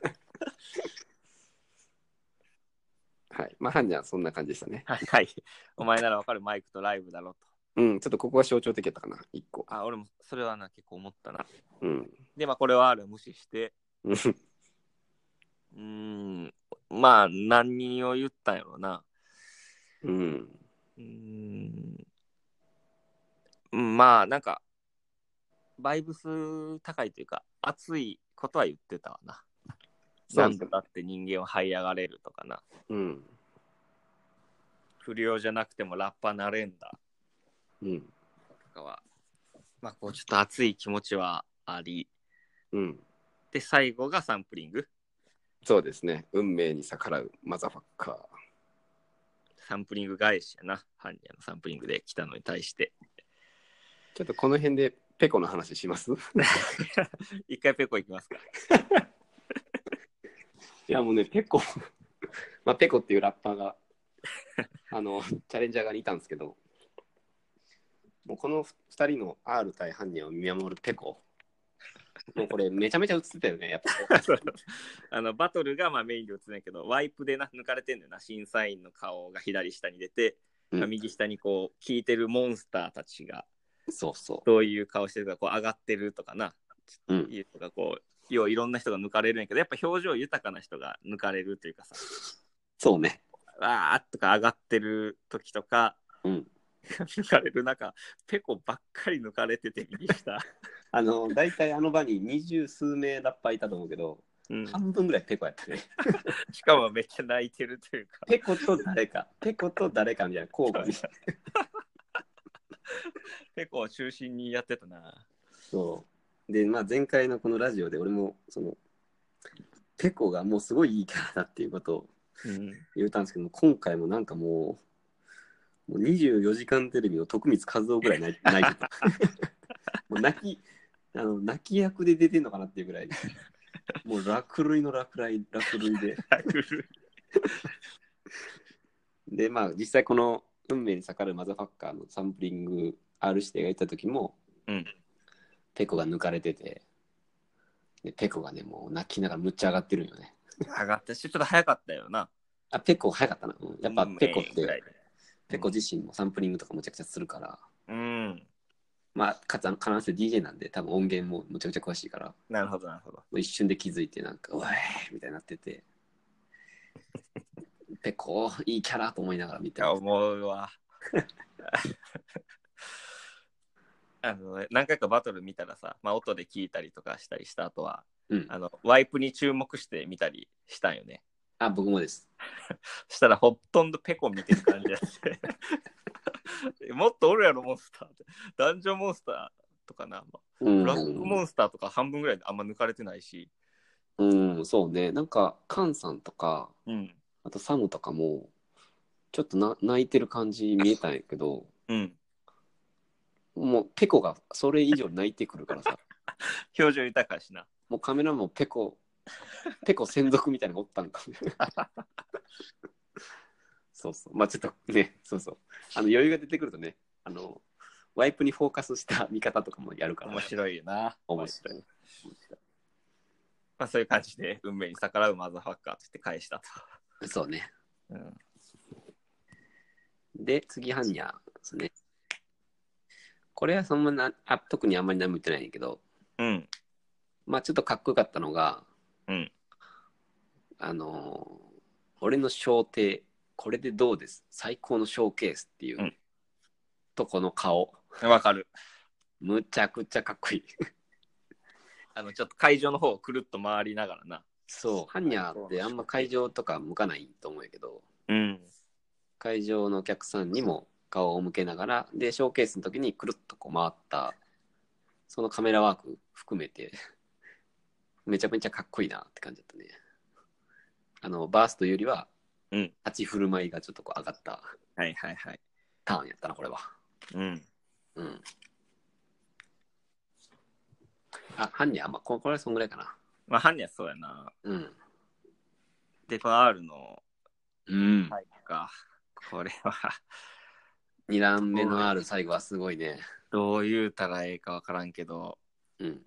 はい。まあ、ハンニャはそんな感じでしたね。
はいはい。お前ならわかるマイクとライブだろと。
うん、ちょっとここが象徴的やったかな、一個。
あ、俺もそれはな、結構思ったな。
うん。
で、まあこれは R 無視して、
うん
うーん。まあ、何を言ったんやろうな。
うん。
うーん。まあ、なんか、バイブス高いというか、熱いことは言ってたわな。何度だって人間は這い上がれるとかな。
うん。
不良じゃなくてもラッパーなれんだ
うん。
とかは、まあ、こうちょっと熱い気持ちはあり、
うん。
で、最後がサンプリング。
そうですね。運命に逆らうマザファッカー。
サンプリング返しやな。ハンニャのサンプリングで来たのに対して。
ちょっとこの辺でペコの話します
一回ペコいきますか。
いやもうね、ペコ、まあペコっていうラッパーが、あの、チャレンジャーがいたんですけど、もうこのふたりの R 対ハンニャを見守るペコ、もうこれめちゃめちゃ映ってたよね、やっぱ。
あのバトルがまあメインで映ってないけど、ワイプでな抜かれてんだよな。審査員の顔が左下に出て、うん、右下にこう聞いてるモンスターたちが、
そうそう。
どういう顔してるか、こう上がってるとかな。うん、いうとかこう、要はいろんな人が抜かれるんやけど、やっぱ表情豊かな人が抜かれるというかさ。
そうね。
わーとか上がってる時とか、
うん、
抜かれる中、ペコばっかり抜かれてて右下。
あの、大体あの場に二十数名ラッパーいたと思うけど、うん、半分ぐらいペコやったね。
しかもめっちゃ泣いてるというか。
ペコと誰か、ペコと誰かみたいな交互に。
ペコを中心にやってたな。
そう。で、まあ前回のこのラジオで俺も、その、ペコがもうすごいいいキャラだっていうことを言ったんですけど、うん、今回もなんかもう、もうにじゅうよじかんテレビの徳光和夫ぐらい泣いてた。もう泣き、あの泣き役で出てんのかなっていうぐらい、もう落類の落雷、落類で。で、まあ実際この運命に逆らうマザファッカーのサンプリング R 指定がいた時も、うん、ペコが抜かれてて、でペコがね、もう泣きながらむっちゃ上がってるんよね。
上がったし、ちょっと早かったよな。
あ、ペコ早かったな。うん、やっぱペコって、うん、ペコ自身もサンプリングとかむちゃくちゃするから。うん。まあ、かつ、あの、必ず ディージェー なんで、多分音源もむちゃくちゃ詳しいから。
なるほど、なるほど。も
う一瞬で気づいて、なんか、うわーみたいになってて。ペコ、いいキャラと思いながら見てます。
思うわ。あの何回かバトル見たらさ、まあ、音で聞いたりとかしたりした後は、うん、あのワイプに注目して見たりしたんよね。
あ、僕もです。
したらほとんどペコ見てる感じやってもっとおるやろモンスターって。ダンジョンモンスターとかな、まあ、ブラックモンスターとか半分ぐらいであんま抜かれてないし。
うん、うん、そうね。なんかカンさんとか、うん、あとサムとかもちょっとな泣いてる感じ見えたんやけど、うん、もうペコがそれ以上泣いてくるからさ
表情豊かしな。
もうカメラもペコペコ専属みたいなのがおったんかそうそう、まあちょっとね、そうそう、あの余裕が出てくるとね、あのワイプにフォーカスした見方とかもやるから
面白いよな。
面白い、面白い。
まあそういう感じで運命に逆らうマザーファッカーとして返した
と。そうね、うん、で次ハンニャですね。これはそんななあ特にあんまり何も言ってないんやけど、うん、まあちょっとかっこよかったのが、うん、あのー、俺の小艇これでどうです最高のショーケースっていう、うん、とこの顔
わかる。
むちゃくちゃかっこいい
あのちょっと会場の方をくるっと回りながらな。
そう、ハンニャってあんま会場とか向かないと思うんやけど、うん、会場のお客さんにも顔を向けながら、でショーケースの時にくるっとこう回ったそのカメラワーク含めてめちゃめちゃかっこいいなって感じだったね。あのバーストよりは、うん、立ち振る舞いがちょっとこう上がった、
はいはいはい、
ターンやったなこれは。うんうん。あ、ハンニャ、まあこれはそんぐらいかな。
まあハンニャそうやな。うん。でこの R の、うん、はいか、これは
に段目の R 最後はすごいね。
どう言うたらええかわからんけど、うん。いや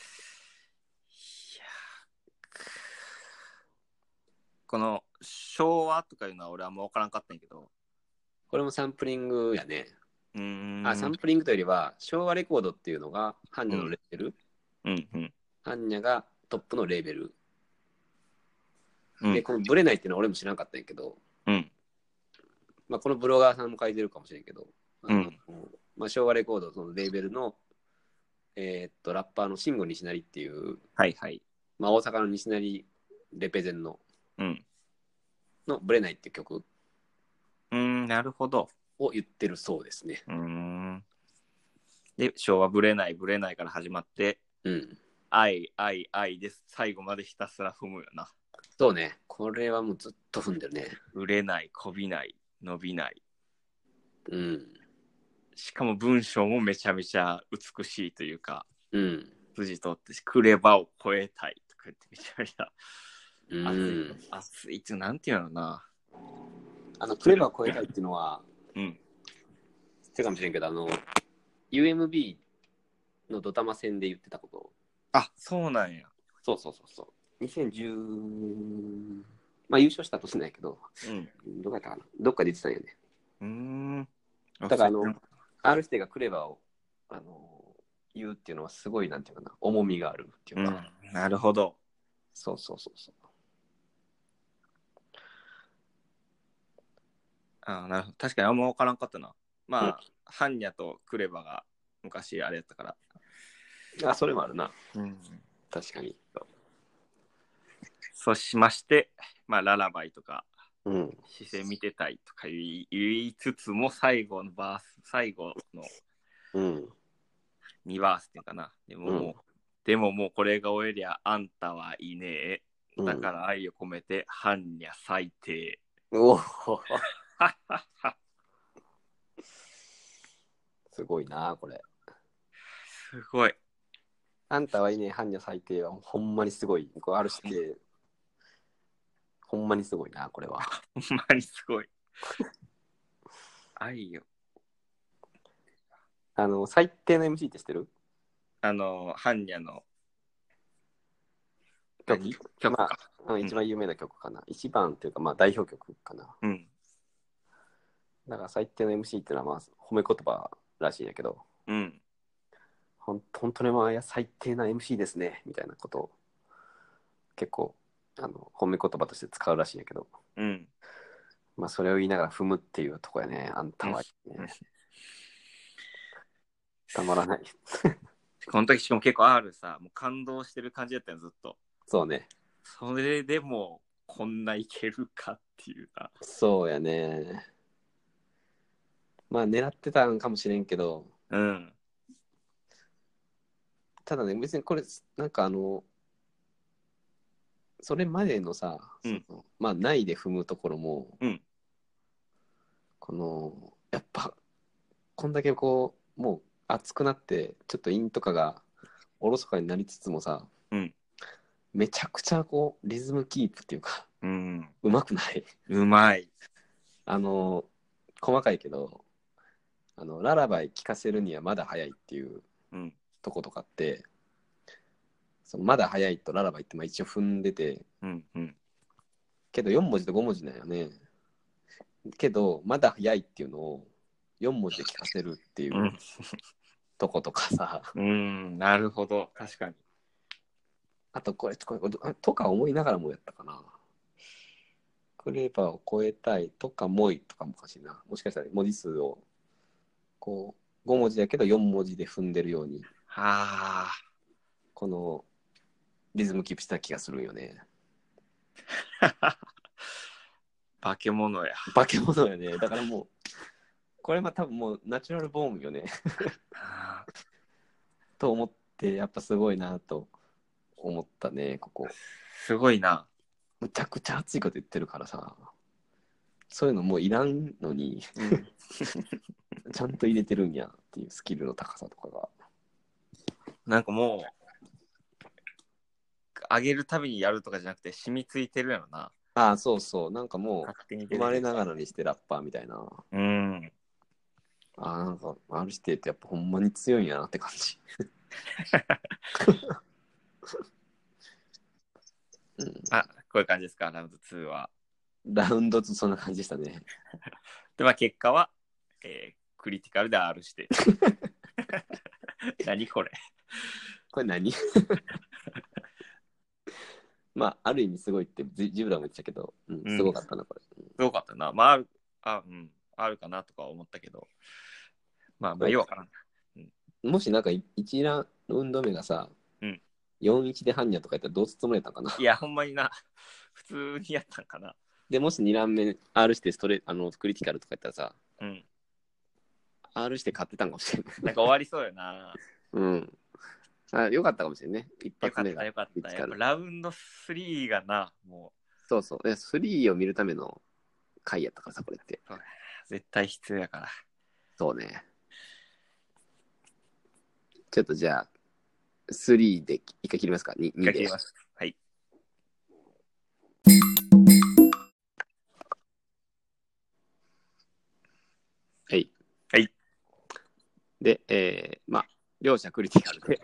この昭和とかいうのは俺はもうわからんかったんやけど、
これもサンプリングやね。うーん、あ、サンプリングというよりは昭和レコードっていうのがハンニャのレベル、うんうんうん、ハンニャがトップのレーベル
うん
で、このブレないっていうのは俺も知らなかったんやけど、
うん
まあ、このブロガーさんも書いてるかもしれんけど、あの
うん
まあ、昭和レコードそのレーベルの、えーっとラッパーの慎吾西成っていう、
はいはい。
まあ、大阪の西成レペゼンの
うん
のブレないっていう曲
うーんなるほど。
を言ってるそうですね。
うーんで昭和ぶれないぶれないから始まって
うん。
愛愛愛です最後までひたすら踏むよな。
そうね。これはもうずっと踏んでるね。
売れないこびない伸びない。
うん。
しかも文章もめちゃめちゃ美しいというか、
うん。
筋取ってクレバを超えたいとか言ってめちゃめちゃ
う
熱い
ん。
熱いってなんていうのな。
あの、クレバーを超えたいっていうのは、
うん
知ってるかもしれんけど、あの、ユーエムビー のドタマ戦で言ってたこと。
あそうなんや。
そうそうそうそう。にせんじゅう、まあ優勝した年なんやけど、
うん
どこやったかな、どっかで言ってたんよね。
うーん
だからあの、R 指定がクレバーを、あの、言うっていうのはすごい、なんていうかな、重みがあるっていうか。
うんなるほど。
そうそうそうそう。
あなるほど確かにあんま分からんかったな。まあ、
うん
ハンニャとクレバが昔あれやったから。
あ、それもあるな。
うん
確かに。
そうしまして、まあ、ララバイとか、
うん。
視線見てたいとか言い言いつつも、最後のバース、最後の
うん。
にバースっていうかな。でももう、
うん
でももうこれが終えりゃ、あんたはいねえ。
うん
だから愛を込めて、ハンニャ最低。
おお。すごいな、これ。
すごい。
あんたはいいね、般若最低はほんまにすごい。こうあるして、ほんまにすごいな、これは。
ほんまにすごい。愛よ。
あの、最低の エムシー って知ってる？
あの、ハンニャの
曲
何曲か。
まあ、一番有名な曲かな。うん、一番っていうか、まあ代表曲かな。
うん。
だから最低の エムシー っていうのはまあ褒め言葉らしいんやけど、
うん。
ほん本当にまあいや最低な エムシー ですねみたいなことを結構あの褒め言葉として使うらしいんやけど、
うん。
まあそれを言いながら踏むっていうとこやね。あんたは、ね、
うん
たまらない。
この時しかも結構 R さ、もう感動してる感じだったよ、ずっと。
そうね。
それでも、こんないけるかっていうか。
そうやね。まあ狙ってたんかもしれんけど、
うん。
ただね、別にこれ、なんかあの、それまでのさ、
うん
そのまあないで踏むところも、
うん。
この、やっぱ、こんだけこう、もう熱くなって、ちょっと韻とかがおろそかになりつつもさ、
うん。
めちゃくちゃこう、リズムキープっていうか、
うん。
うまくない？
うまい。
あの、細かいけど、あの、ララバイ聴かせるにはまだ早いっていう
うん。
とことかって、そのまだ早いとララバイってまあ一応踏んでて、
うん。うん。
けどよん文字とご文字なんよね。けど、まだ早いっていうのをよん文字で聞かせるっていううんとことかさ、
うん。なるほど。確かに。
あとこれ、これとか思いながらもやったかな。クレバーを超えたいとかもいとかもかしらな。もしかしたら文字数をこうご文字だけどよん文字で踏んでるように、
はあ。
このリズムキープした気がするよね。
化け物や。
化け物よね。だからもう、これは多分もうナチュラルボーンよね。と思って、やっぱすごいなと思ったね、ここ。
すごいな。
むちゃくちゃ熱いこと言ってるからさ、そういうのもういらんのに、
うん、
ちゃんと入れてるんやっていうスキルの高さとかが。
なんかもう、上げるたびにやるとかじゃなくて染みついてるやろな。
ああ、そうそう。なんかもう、
勝手に
生まれながらにしてラッパーみたいな。
うん。
ああ、なんか、R 指定ってやっぱほんまに強いんやなって感じ。うん、
あ、こういう感じですか、ラウンドツーは。
ラウンドとそんな感じでしたね。
で、まあ結果は、えー、クリティカルで R して。何これ。
これ何まあ、ある意味すごいってジジブラも言ってたけど、うん
うん
すごかったな、これ。
すごかったな。まあ、ある、あ、うん、あるかなとか思ったけど、まあ、まあ、よくわからん。
もしなんか一ラウンド目がさ、
うん、
よんいちでハンニャとかやったらどうつもりやったんかな。
いや、ほんまにな、普通にやったんかな。
で、もしにラウンド目 R してストレあのクリティカルとかやったらさ、
うん。
R して勝ってたんかもしれない。
なんか終わりそうよな。
うん。あよかったかもしれんね。一
よかった、
発目が
よかった。
クリティカル。
やっぱラウンドスリーがな、も
そうそう。でスリーを見るための回やったからさ、これって。
う、絶対必要やから。
そうね。ちょっとじゃあ、スリーで一回切りますか。に, にで。
一回切ります。はい。
はい。
はい。
で、えー、まあ、両者クリティカルで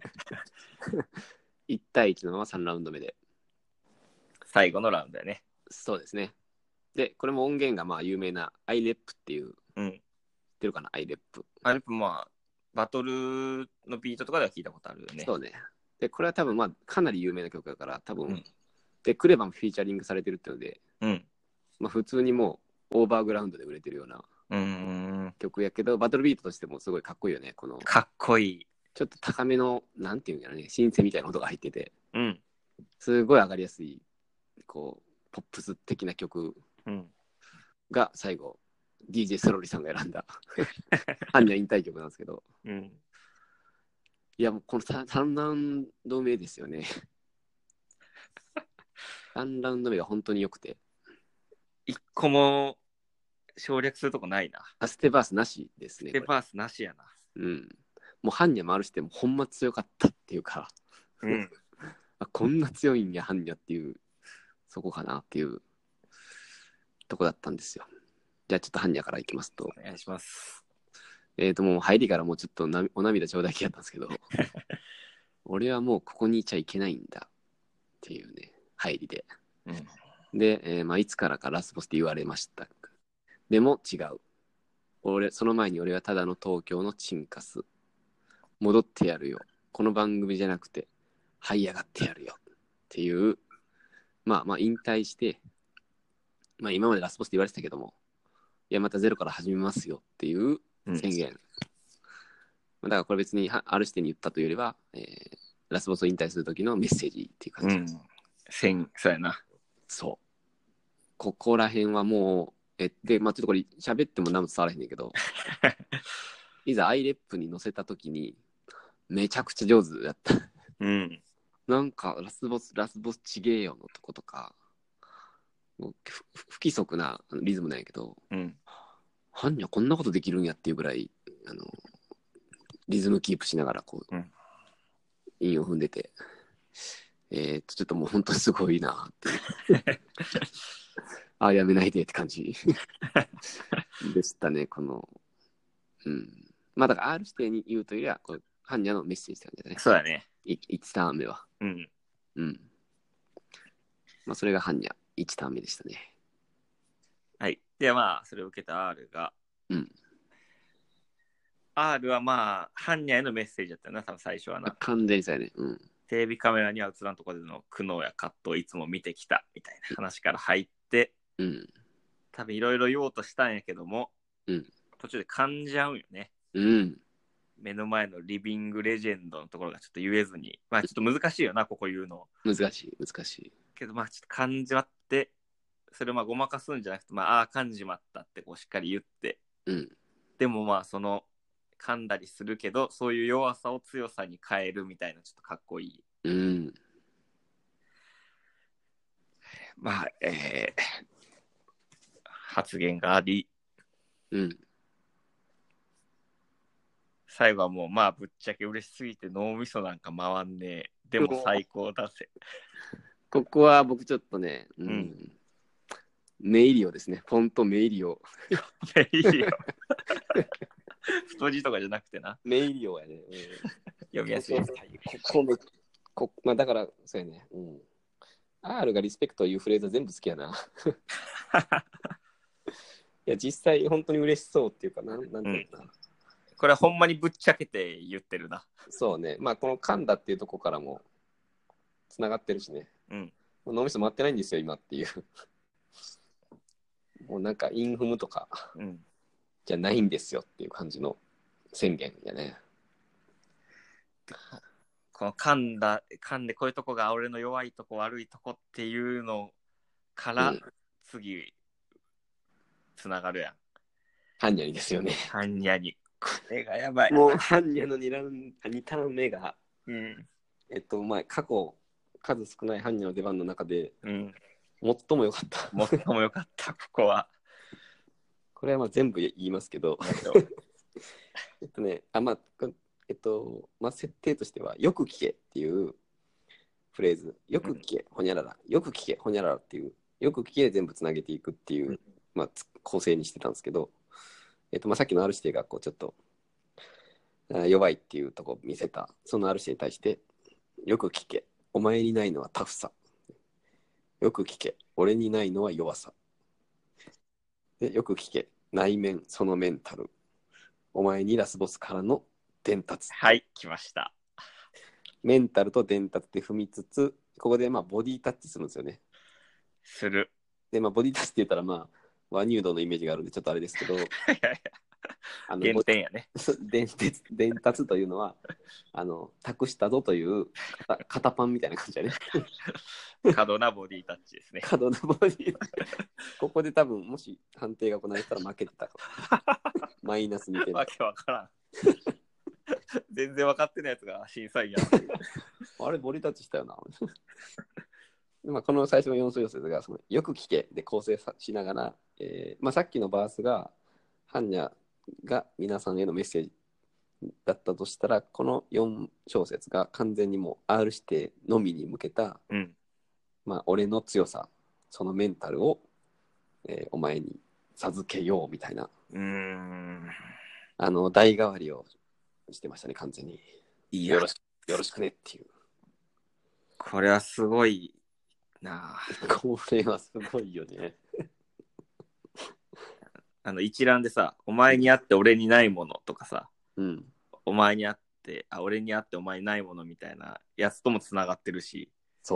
いち対いちのままさんラウンド目で。
最後のラウンドやね。
そうですね。で、これも音源がまあ有名な アイレップ っていう、
うん。
知ってるかな アイレップ。
あれ、まあ、バトルのビートとかでは聞いたことあるよね。
そうね。で、これは多分まあかなり有名な曲だから、多分、
うん、
で、クレバもフィーチャリングされてるっていうので、
うん。
まあ普通にもうオーバーグラウンドで売れてるような
うーん。
曲やけど、バトルビートとしてもすごいかっこいいよね。この、
かっこいい。
ちょっと高めの、なんていうんやろね、シンセみたいな音が入ってて、
うん。
すごい上がりやすい、こう、ポップス的な曲
うん。
が最後、ディージェー ソロリさんが選んだ、ハンニャ引退曲なんですけど、
うん。
いや、もうこのさんラウンド目ですよね。さんラウンド目が本当に良くて。
一個も省略するとこないな。
アステバースなしですね。
ステバースなしやな。
うん。もうハンニャ回るしてもほんま強かったっていうか、
うん。
あこんな強いんや、ハンニャっていう、そこかなっていうとこだったんですよ。じゃあちょっとハンニャからいきますと。
お願いします。
えっ、ともう入りからもうちょっとなお涙ちょうだい気だったんですけど、俺はもうここにいちゃいけないんだっていうね、入りで。
うん。
で、えーまあ、いつからかラスボスって言われました。でも違う。俺、その前に俺はただの東京のチンカス。戻ってやるよ。この番組じゃなくて、這い上がってやるよ。っていう、まあまあ引退して、まあ今までラスボスって言われてたけども、いやまたゼロから始めますよっていう宣言。うん、だからこれ別にある視点に言ったというよりは、えー、ラスボスを引退する時のメッセージっていう感じ。うん。
宣そうやな。
そう。ここら辺はもう、え、で、まあちょっとこれ喋っても何も伝わらへんねんけど、いざアイレップに載せたときに、めちゃくちゃ上手だった。
うん。
なんか、ラスボス、ラスボスちげえよのとことか、もう不不規則なリズムなんやけど、
うん。
ハンニャこんなことできるんやっていうぐらい、あの、リズムキープしながら、こう、うん、韻を踏んでて、えー、っと、ちょっともう本当にすごいなっていう。ああ、やめないでって感じでしたね、この、うん。まあだから R 指定に言うというよりは、こうハンニャのメッセージって感じだね。
そうだね。
いちターン目は。
うん。
うん。まあそれがハンニャいちターン目でしたね。
はい。で、まあ、それを受けた R が、
うん。
R はまあ、ハンニャへのメッセージだったよな、多分最初はな。
完全にそうやね。うん。
テレビカメラには映らんところでの苦悩や葛藤をいつも見てきたみたいな話から入って、
うん。
多分いろいろ言おうとしたんやけども、
うん。
途中で噛んじゃうんよね。
うん。
目の前のリビングレジェンドのところがちょっと言えずに、まあちょっと難しいよな、ここ言うの。
難しい、難しい。
けどまあちょっと噛んじまって、それをまあごまかすんじゃなくて、まあああ噛んじまったってこうしっかり言って、
うん。
でもまあその噛んだりするけど、そういう弱さを強さに変えるみたいなちょっとかっこいい。
うん。
まあ、えー、発言があり、
うん。
最後はもうまあぶっちゃけ嬉しすぎて脳みそなんか回んねえ。でも最高だぜ。
ここは僕ちょっとね、うん。うん、メイリオですね。フォントメイリオ。
メイリオ。太字とかじゃなくてな。
メイリオやね。うん、
読みやすい。こ
こめこまあだからそうやね。うん。R がリスペクトいうフレーズは全部好きやな。いや実際本当に嬉しそうっていうかなんなんていうかな、うん。
これはほんまにぶっちゃけて言ってるな。
そうね。まあこの噛んだっていうところからもつながってるしね。
うん。
もう脳みそ回ってないんですよ、今っていう。もうなんかインフムとか
うん。
じゃないんですよっていう感じの宣言やね。
この噛んだ、噛んでこういうとこが俺の弱いとこ悪いとこっていうのから
うん。
次つながるやん。
ハンニャにですよね。
ハンニャに。これがやばい。
もうハンニャのにラウンにターン目が、
うん。
えっと、まあ、過去数少ないハンニャの出番の中で
うん。
最も良かった。
最も良かった、ここは。
これはまあ全部言いますけど、
なんだろう
えっとね、あ、まあ、こえっと、まあ、設定としては、よく聞けっていうフレーズ、よく聞け、ほにゃらら、よく聞け、ほにゃららっていう、よく聞けで全部つなげていくっていう、
うん
まあ、つ構成にしてたんですけど、えっと、まあ、さっきのある指定がこうちょっとあ弱いっていうとこを見せた、そのある指定に対して、よく聞け、お前にないのはタフさ。よく聞け、俺にないのは弱さ。でよく聞け、内面、そのメンタル。お前にラスボスからの伝達。
はい、来ました。
メンタルと伝達で踏みつつ、ここでまあボディタッチするんですよね。
する。
で、まあボディタッチって言ったらまあ、和乳道のイメージがあるんでちょっとあれですけど、
いやいや
あの
減点やね。
伝達伝達というのは、あの、託したぞという肩肩パンみたいな感じだね。
過度なボディタッチですね。
角のボディここで多分もし判定が行われたら負けてたかも。マイナスにてん。
わけわからん。全然分かってないやつが審査員やってる。
あれボディタッチしたよな。まあこの最初のよん要素がそのよく聞けで構成さしながら、えーまあ、さっきのバースがハンニャが皆さんへのメッセージだったとしたら、このよん小節が完全にもう R 指定のみに向けた、
うん。
まあ、俺の強さ、そのメンタルを、えーお前に授けようみたいな、
うーん。
あの代替わりをしてましたね、完全に。
いや
よろしよろしくねっていう。
これはすごいなあ。
これはすごいよね。
あの一覧でさ、お前にあって俺にないものとかさ、
うん。
お前にあって、あ、俺にあってお前にないものみたいなやつともつながってるし。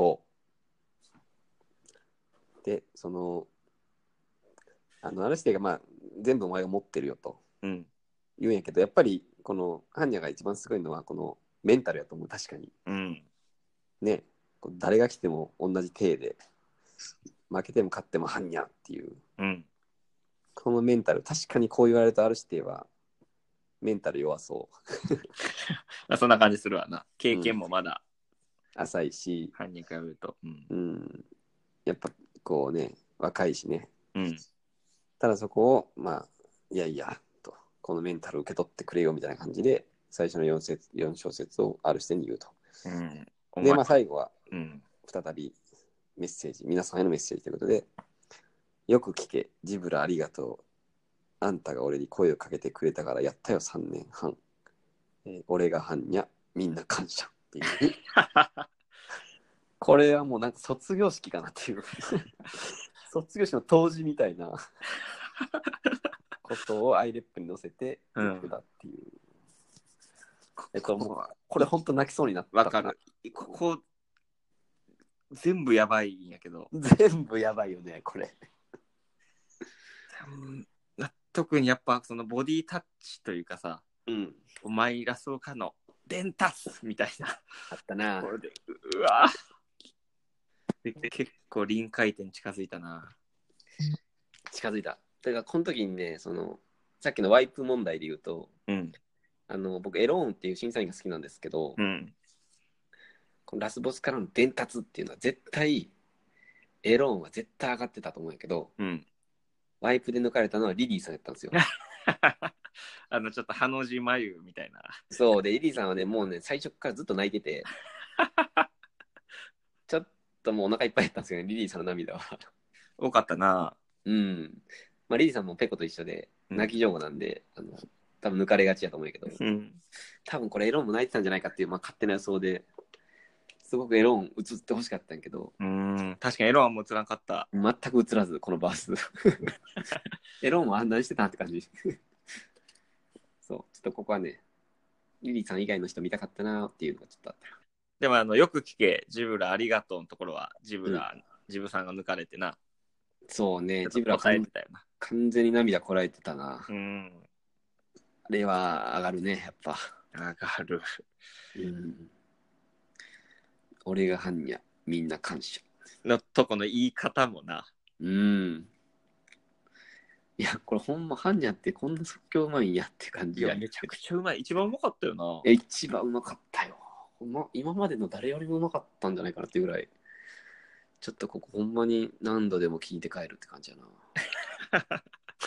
そう。で、その、あの、アルシテがまあ、全部お前が持ってるよと
うん。
言うんやけど、やっぱり、この、ハンニャが一番すごいのは、このメンタルやと思う、確かに。
うん。
ね、こう誰が来ても同じ体で、負けても勝ってもハンニャっていう、
うん。
このメンタル、確かにこう言われるとアルシテは、メンタル弱そ
あそんな感じするわな。経験もまだ
う。浅いし、
犯人から言うと。うん。
うん、やっぱこうね、若いしね。
うん。
ただそこを、まあ、いやいや、と、このメンタル受け取ってくれよみたいな感じで、最初のよん節、よん小節をある視点に言うと。
うん。
で、まあ最後は、
うん。
再びメッセージ、皆さんへのメッセージということで、よく聞け、ジブラありがとう。あんたが俺に声をかけてくれたからやったよさんねんはん。えー俺が般若、みんな感謝っていう。これはもうなんか卒業式かなっていう。卒業式の当時みたいなことをアイレップに載せて言ってたっていう。うん、えっと、もうこれ本当泣きそうになった。
わかる。ここ、全部やばいんやけど。
全部やばいよね、これ。
特にやっぱそのボディタッチというかさ、
うん。
お前ラスオカの伝達みたいな。
あったな。
これで、うわで結構臨界点近づいたな。
近づいた。だからこの時にね、その、さっきのワイプ問題で言うと、
うん。
あの、僕、エローンっていう審査員が好きなんですけど、
うん。
このラスボスからの伝達っていうのは絶対、エローンは絶対上がってたと思うんやけど、
うん。
ワイプで抜かれたのはリリーさんやったんですよ。
あの、ちょっとハの字眉みたいな。
そうで、リリーさんはね、もうね、最初からずっと泣いてて、ちょっともうお腹いっぱいやったんですよね、リリーさんの涙は。
多かったな。
うん。まあ、リリーさんもペコと一緒で、泣き上手なんで、うん、あの、多分抜かれがちやと思うんやけど、
うん、
多分これエローンも泣いてたんじゃないかっていう、まあ、勝手な予想で、すごくエローン映ってほしかったんやけど、
うん、確かにエロはもう映らんかった。
全く映らず、このバース。エローンもあんなにしてたって感じ。そう、ちょっとここはね、リリーさん以外の人見たかったなっていうのがちょっとあった。
でもあのよく聞け、ジブラありがとうのところはジブラ、うん、ジブさんが抜かれてな。
そうね、ジブラ
答えてたよな。
完全に涙こらえてたな。
うん。
あれは上がるね、やっぱ。
上がる。
うん。俺が般若、みんな感謝。
のとこの言い方もな。
うん。いや、これほんま般若ってこんな即興うまいんやって感じよ。
いや、めちゃくちゃうまい。一番うまかったよな。
え、一番うまかったよ。ほんま、今までの誰よりもうまかったんじゃないかなっていうぐらい。ちょっとここほんまに何度でも聞いて帰るって感じやな。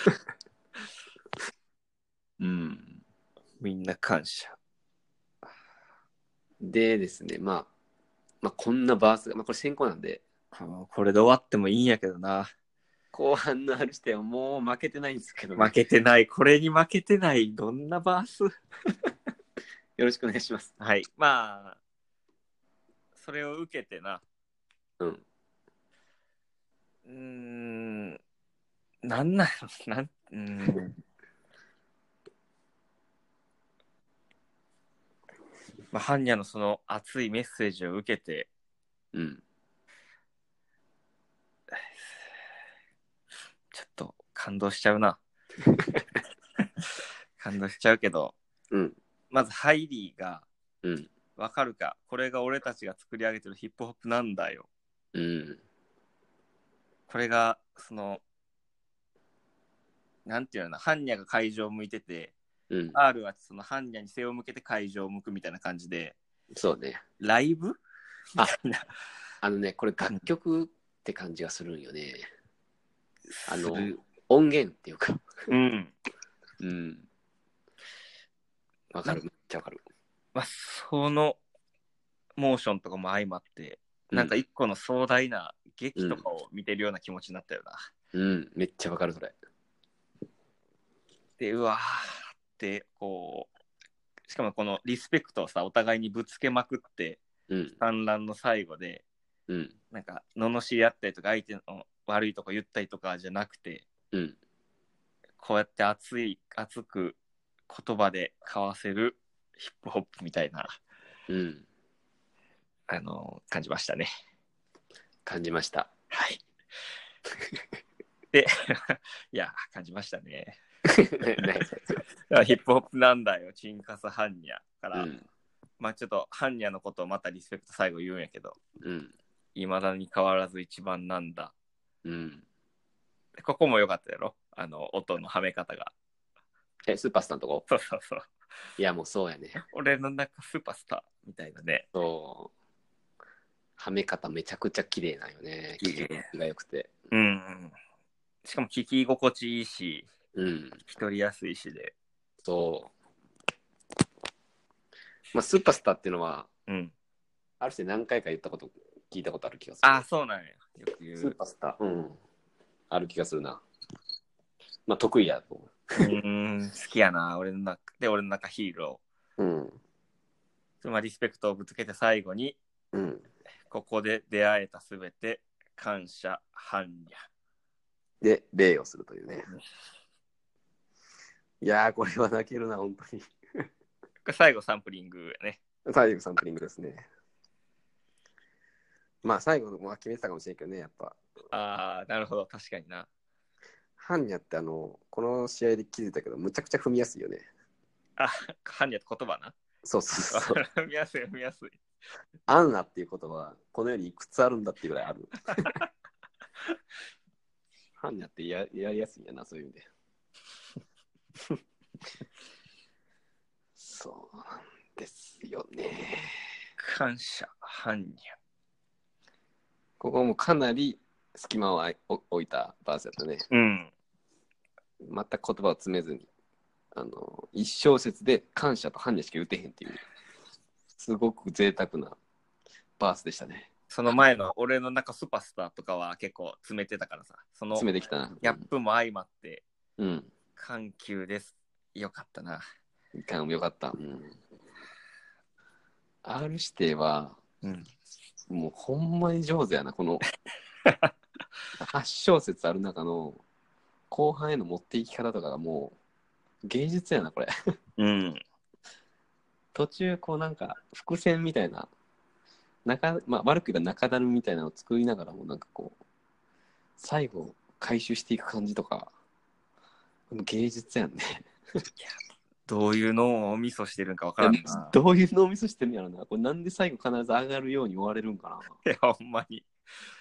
うん。みんな感謝。
でですね、まあ、まあ、こんなバースが、まあ、これ先行なんで、
これで終わってもいいんやけどな。
後半のある視点はもう負けてないんですけどね。
負けてない。これに負けてない。どんなバース
よろしくお願いします。
はい。まあ、それを受けてな。
うん。
うーん。なんなんなん、うーん。まあ、般若のその熱いメッセージを受けて、
うん。
ちょっと感動しちゃうな。感動しちゃうけど、
うん。
まずハイリーが、
うん。
わかるか、これが俺たちが作り上げてるヒップホップなんだよ。
うん。
これが、その、なんていうのかな、般若が会場を向いてて、
うん。
R はその般若に背を向けて会場を向くみたいな感じで、
そうね。
ライブ
あ、あのね、これ楽曲って感じがするんよね。あの、音源っていうか。
うん。
うん。わかる。めっちゃわかる。
まあ、そのモーションとかも相まって、うん、なんか一個の壮大な劇とかを見てるような気持ちになったよな。
うん、うん、めっちゃわかる、それ。
で、うわーってこう、しかもこのリスペクトをさ、お互いにぶつけまくって、
うん、
産卵の最後で、
うん、
なんか罵り合ったりとか、相手の悪いとこ言ったりとかじゃなくて、
うん、
こうやって熱い、熱く言葉で交わせるヒップホップみたいな、
うん、
あの感じましたね。
感じました。
はい。で、いや、感じましたね。ヒップホップなんだよ、チンカスハンニャから、うん、まあちょっとハンニャのことをまたリスペクト最後言うんやけど、
うん、
未だに変わらず一番なんだ。
うん、
ここも良かったやろ、あの音のはめ方が。
え、スーパースターのとこ？
そうそうそう。
いや、もうそうやね。
俺の中スーパースターみたいなね。
そう。はめ方めちゃくちゃ綺麗なんよね。聞きが良くて。
うん。しかも聞き心地いいし、
うん、
聞き取りやすいしで。
そう。まあ、スーパースターっていうのは、
うん、
ある種何回か言ったこと、聞いたことある気がする。
ああ、そうなんや。よく言う。
スーパースター。うん。ある気がするな。まあ、得意やと思う。
うーん、好きやな。俺の中で、俺の中ヒーロ
ー。うん。
つまりリスペクトをぶつけて最後に、
うん、
ここで出会えたすべて感謝般若
で礼をするというね。いやー、これは泣けるな、本当に。
最後サンプリングやね。
最後サンプリングですね。まあ最後は決めてたかもしれんけどね、やっぱ。
ああ、なるほど、確かにな。
般若ってあの、この試合で気づいたけど、むちゃくちゃ踏みやすいよね。
あ、般若って言葉な。
そうそうそう。
踏みやすい、踏みやすい。
アンナっていう言葉はこの世にいくつあるんだっていうぐらいある。般若ってややりやすいんやな、そういう意味で。そうなんですよね。
感謝般若。
ここもかなり隙間を置いたバースだったね。
うん。
全く言葉を詰めずに、あの一小節で感謝と般若しか言うてへんっていう、すごく贅沢なバースでしたね。
その前の俺の中スーパースターとかは結構詰めてたからさ、その
詰めてきたな。
ギャップも相まって、
うん。
緩急です。よかったな。
よかった。うん。R 指定は、うん、もうほんまに上手やな、このはち小節ある中の後半への持っていき方とかがもう芸術やな、これ。
うん。
途中こうなんか伏線みたいな中、まあ、悪く言えば中だるみたいなのを作りながらも、なんかこう、最後、回収していく感じとか、芸術やんね。
どういうのをお味噌してるんかわか
いや
らんな。
どういう脳みそしてるんやろな。これなんで最後必ず上がるように終われるんか
いや、ほんまに。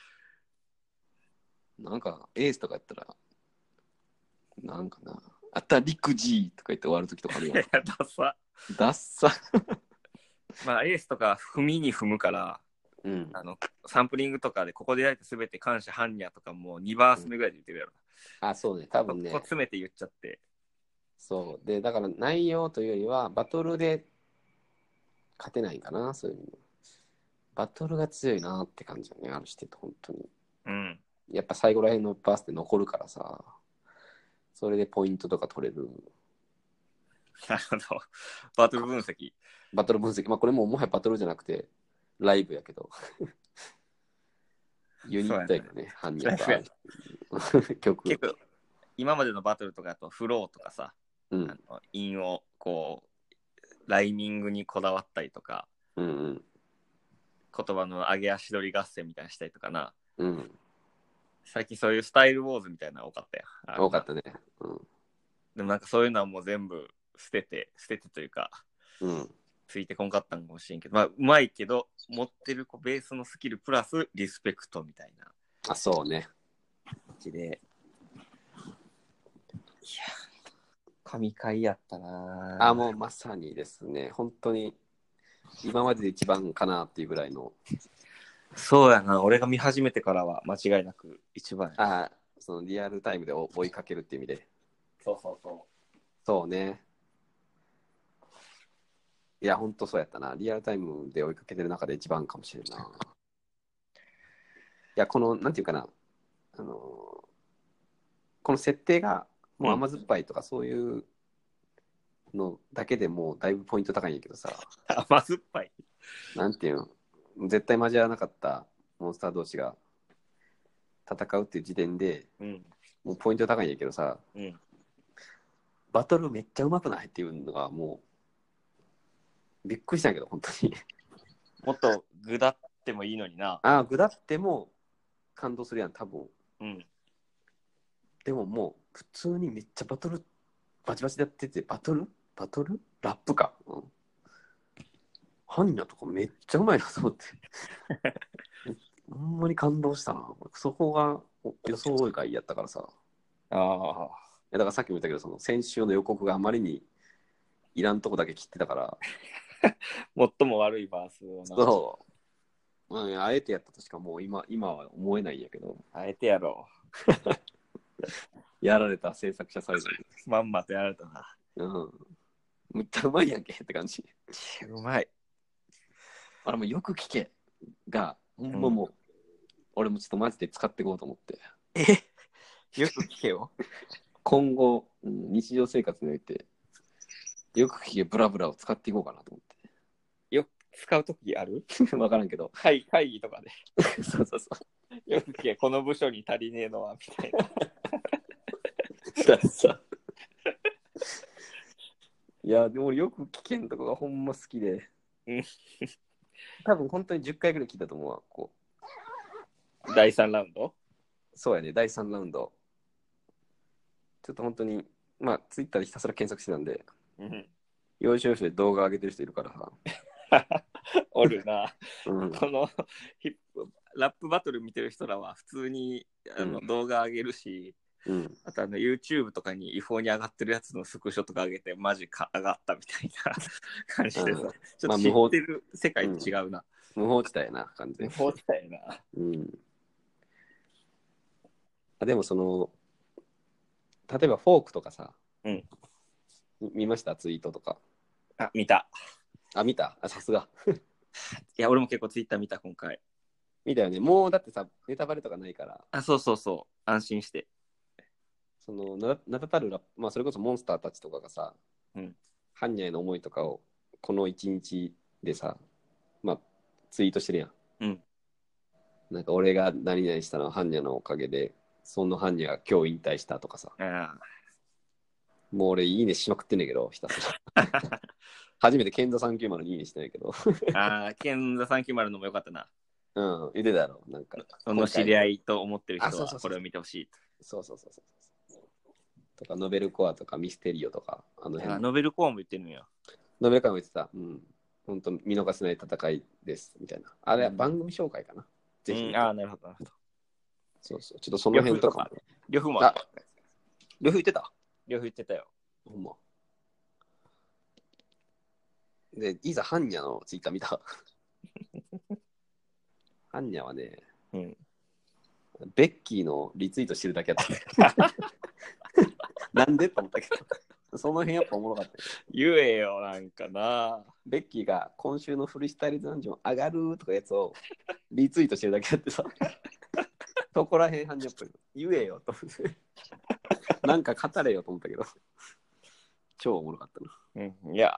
な。なんか、エースとかやったら、なんかな、あたりくじとか言って終わるときとかあるやん。
いや、ダサ。
ダッサ。
まあ、エースとか踏みに踏むから、
うん。
あの、サンプリングとかでここでやれて全て感謝般若とかもうにバース目ぐらいで言ってるやろ。
あ、そうね、多分
こ
ね。
こ詰めて言っちゃって。
そう。で、だから内容というよりは、バトルで勝てないんかな、そういうの。バトルが強いなって感じよね、あるしてと、本当に。
うん。
やっぱ最後らへんのバースって残るからさ、それでポイントとか取れる。
なるほど。バトル分析。
バトル分析。まあこれももはやバトルじゃなくて、ライブやけど。ユニットやけどね、犯人と
ライ
曲。
結構、今までのバトルとかだとフローとかさ、
うん
あの韻をこう、ライミングにこだわったりとか、
うんうん
言葉の上げ足取り合戦みたいなしたりとかな。
うん
最近そういうスタイルウォーズみたいなの多かったよ。
多かったね。うん
でもなんかそういうのはもう全部捨てて、捨ててというか、
うん
ついてこんかったんかもしれんけど、まあ、うまいけど、持ってるこうベースのスキルプラスリスペクトみたいな
あ、そうね。
感じで。いや、神回やったな
あ、もうまさにですね、本当に今までで一番かなっていうぐらいの。
そうやな、俺が見始めてからは間違いなく一番や。
あ、そのリアルタイムで追いかけるっていう意味で。
そうそうそ
そうね。いや、本当そうやったな。リアルタイムで追いかけてる中で一番かもしれんな。いや、この、なんていうかな、あの、この設定がもう甘酸っぱいとかそういうのだけでもうだいぶポイント高いんやけどさ、
う。甘酸っぱい。
なんていうの、絶対交わらなかったモンスター同士が戦うっていう時点で
うん。
もうポイント高いんやけどさ、
うん。
バトルめっちゃうまくないっていうのがもうびっくりしたんやけど、本当に。
もっと具だってもいいのにな。
ああ、具だっても感動するやん、多分。
うん。
でももう普通にめっちゃバトルバチバチでやってて、バトルバトルラップか。うん。ハンニャとかめっちゃうまいなと思って。ほんまに感動したな。そこが予想外やったからさ。
ああ。
いやだからさっきも言ったけど、その先週の予告があまりにいらんとこだけ切ってたから、
最も悪いバースをな。
そう、うん、あえてやったとしかもう今今は思えないんやけど、
あえてやろ
やられた制作者サイドに。
う。まんまとやられたな。
うん。めっちゃうまいやんけって感じ。
うまい。
あれもよく聞けが、ほんまもう、うん、俺もちょっとマジで使っていこうと思って。
えよく聞けよ。
今後、うん、日常生活において、よく聞けブラブラを使っていこうかなと思って。
よく使うときある
わからんけど。
会会議とかで。
そうそうそう。
よく聞け、この部署に足りねえのは、みたいな。
ださ。いや、でもよく聞けんとこがほんま好きで。多分本当にじゅっかいぐらい聞いたと思うわ。こ
うだいさんラウンド
そうやね、だいさんラウンド。ちょっと本当に、まあ、ツイッターでひたすら検索してたんで、
うん、
要所要所で動画上げてる人いるからさ。
おるな。
うん、
このヒップラップバトル見てる人らは普通にあの、うん、動画上げるし、
うん、
あとあの YouTube とかに違法に上がってるやつのスクショとか上げてマジか上がったみたいな感じでさ、うん、ちょっと知ってる世界と違うな。
無法地帯やな感じ。
無法地帯やな。
うん。あでもその例えばフォークとかさ、
うん、
見ましたツイートとか。
あ見た。
あ見た。あさすが。
いや俺も結構ツイッター見た今回。
見たよね。もうだってさネタバレとかないから。
あそうそうそう安心して。
その名だたるラップ、まあそれこそモンスターたちとかがさ、
うん、
ハンニャへの思いとかをこの一日でさ、まあツイートしてるやん。
うん。
なんか俺が何々したのはハンニャのおかげで、そのハンニャが今日引退したとかさ。
あ
もう俺いいねしまくってんねんけど、ひたすら。 初めてケンザさんきゅうまるにいいにしてないけど。
ああ、ケンザさんきゅうまるのもよかったな。
うん、言ってたろ。なんか。
その知り合いと思ってる人
あそうそうそう
はこれを見てほしいと。
そうそうそうそう。とか、ノベルコアとかミステリオとか、あの
あ
辺。
ノベルコアも言ってるのよ。
ノベルコアも言ってた。うん。本当見逃せない戦いです。みたいな。あれは番組紹介かな。ぜひ、
うん、ああ、なるほど、なるほど。
そうそう。ちょっとその辺とかも。
両方もあった。
両方言ってた
両方言ってたよ。
ほんま。で、いざハンニャのツイッター見た。ハンニャはね、
うん、
ベッキーのリツイートしてるだけやった。なんでと思ったけど、その辺やっぱおもろかった。
言えよ、なんかな。
ベッキーが今週のフリースタイルダンジョン上がるとかやつをリツイートしてるだけやってさ、そこら辺ハンニャっぽい。言えよと思って。なんか語れよと思ったけど、超おもろかったな。
うん、いや。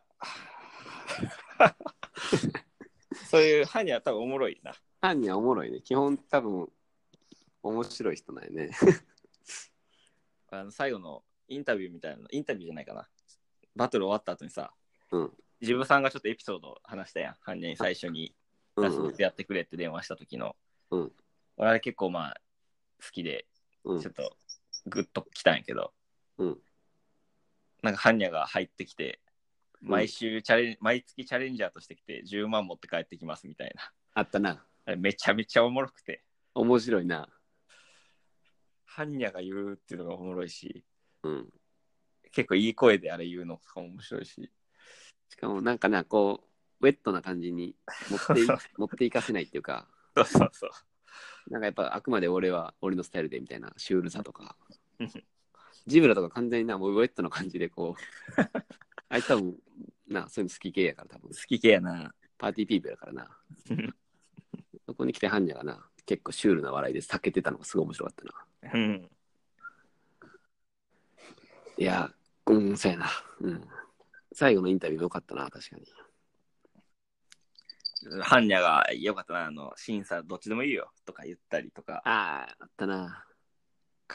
そういうハニは多分おもろいな。
ハンニャおもろいね。基本多分面白い人なんやね。
あの最後のインタビューみたいな、インタビューじゃないかな。バトル終わった後にさ、
うん、
ジブさんがちょっとエピソード話したやん。ハンニャに最初にラスボスやってくれって電話した時の。
うん、
俺あれ結構まあ好きで、
うん、
ちょっとグッときたんやけど、
うん、
なんかハンニャが入ってきて、毎週チャレン、うん、毎月チャレンジャーとしてきてじゅうまん持って帰ってきますみたいな。
あったな。
あれめちゃめちゃおもろくて。
面白いな。
ハンニャが言うっていうのがおもろいし、
うん、
結構いい声であれ言うのとかも面白いし。
しかもなんかな、こう、ウェットな感じに持ってい持っていかせないっていうか、
そうそうそう。
なんかやっぱあくまで俺は俺のスタイルでみたいなシュールさとか。ジブラとか完全にな、もうウェットな感じでこう、あいつ多分な、そういうの好き系やから多分。
好き系やな。
パーティーピープルやからな。そこに来てハンニャがな、結構シュールな笑いで避けてたのがすごい面白かったな。
うん。
いや、うん、そうやな。うん。最後のインタビュー良かったな、確かに。
ハンニャがよかったな、あの、審査どっちでもいいよとか言ったりとか。
ああ、あったな。
か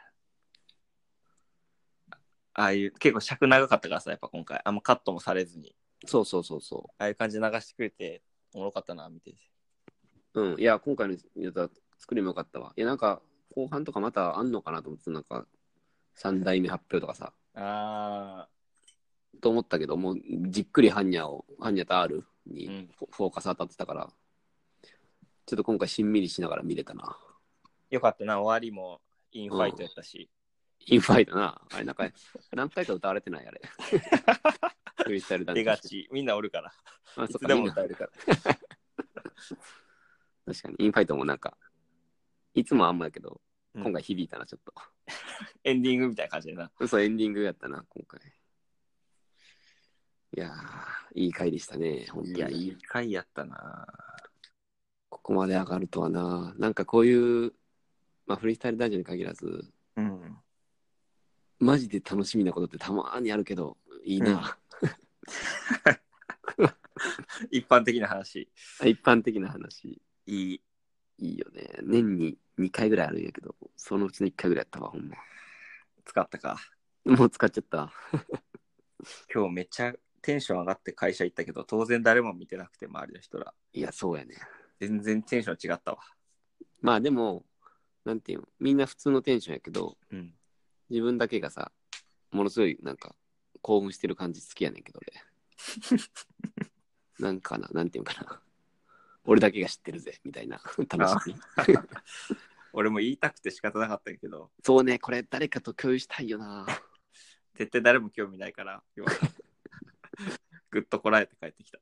ああいう、結構尺長かったからさ、やっぱ今回、あんまカットもされずに。
そうそうそうそ
ああいう感じで流してくれて、おもろかったな、見てて。
う。うん。いや、今回のやつは作りも良かったわ。いや、なんか、後半とかまたあんのかなと思って、なんか、三代目発表とかさ。
あ
と思ったけど、もうじっくりハンニャを、ハンニャと R に
うん
フォフォーカス当たってたから、ちょっと今回しんみりしながら見れたな。
よかったな、終わりもインファイトやったし。
インファイトな。あれ、なんか、何回か歌われてないあれ。フリースタイルダンジョン
出がち。みんなおるから。
あ、
いつ
そっか、みんな。
でも歌えるから。
確かに、インファイトもなんか、いつもあんまやけど、
うん
今回響いたな、ちょっと。
エンディングみたいな感じでな。
嘘、エンディングやったな、今回。いやー、いい回でしたね、本当に。
いや、いい回やったな。
ここまで上がるとはな。なんかこういう、まあ、フリースタイルダンジョンに限らず、
うん。
マジで楽しみなことってたまーにあるけど、いいな。
一般的な話。
一般的な話。
いい。
いいよね。年ににかいぐらいあるんやけど、そのうちのいっかいぐらいやったわ、ほんま。
使ったか。
もう使っちゃった。
今日めっちゃテンション上がって会社行ったけど、当然誰も見てなくて、周りの人ら。
いや、そうやね。
全然テンション違ったわ。
まあでも、なんていうの、みんな普通のテンションやけど、
うん。
自分だけがさ、ものすごいなんか興奮してる感じ好きやねんけど俺。なんかな、なんていうかな。俺だけが知ってるぜ、みたいな楽しみ。
俺も言いたくて仕方なかったけど、
そうね、これ誰かと共有したいよな。
絶対誰も興味ないから、今ぐっとこらえて帰ってきた。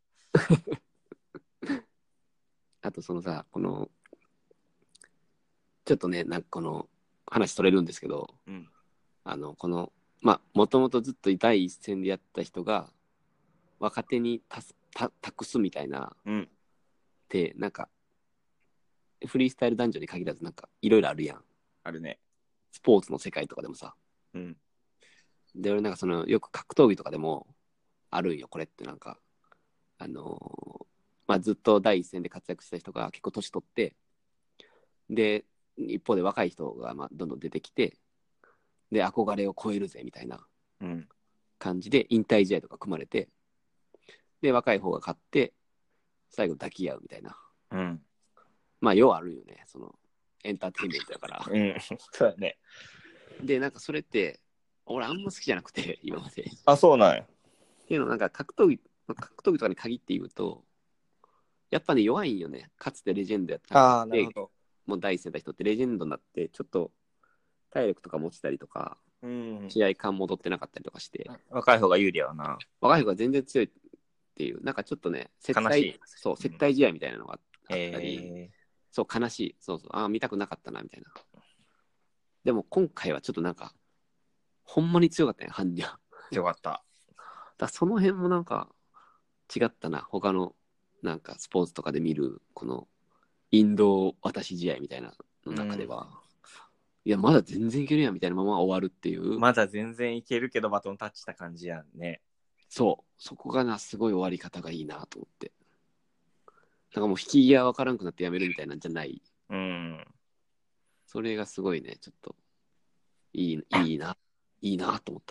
あとそのさ、この、ちょっとね、なんかこの話取れるんですけど、
うん。
あの、この、まあ、もともとずっと第一線でやった人が、若手にたすた託すみたいな、
うん。
って、なんか、フリースタイル男女に限らず、なんか、いろいろあるやん。
あるね。
スポーツの世界とかでもさ。
うん。
で、俺なんかその、よく格闘技とかでも、あるんよ、これってなんか。あのーまあ、ずっと第一線で活躍した人が結構年取って、で、一方で若い人がまあどんどん出てきて、で、憧れを超えるぜみたいな
うん。
感じで引退試合とか組まれて、 で、若い方が勝って、最後抱き合うみたいな。
うん。
まあ、要はあるよね。その、エンターテインメントやから。
うん。そうだね。
で、なんかそれって、俺あんま好きじゃなくて、今まで。っ
あ、そうなんや。
ていうのなんか格闘技、格闘技とかに限って言うと、やっぱね、弱いんよね。かつてレジェンドやった
ああ、なるほど。
もう第一線だ人ってレジェンドになって、ちょっと体力とか持ちたりとか、
うん。
試合感戻ってなかったりとかして、
若い方が有利やわな。
若い方が全然強いっていう、なんかちょっとね、接待、
悲しい。
そう、接待試合みたいなのがあったり、
え
そう、悲しい。そうそう、ああ、見たくなかったな、みたいな。でも今回はちょっとなんか、ほんまに強かったね、ハンニャ。
ー、よかった。
だその辺もなんか違ったな、他のなんかスポーツとかで見る、このインド渡し試合みたいなの中では、うん、いや、まだ全然いけるやんみたいなまま終わるっていう。
まだ全然いけるけどバトンタッチした感じやんね。
そう、そこがな、すごい終わり方がいいなと思って。なんかもう引き際わからんくなってやめるみたいなんじゃない。
うん。
それがすごいね、ちょっと、いい、いいな、いいなと思った。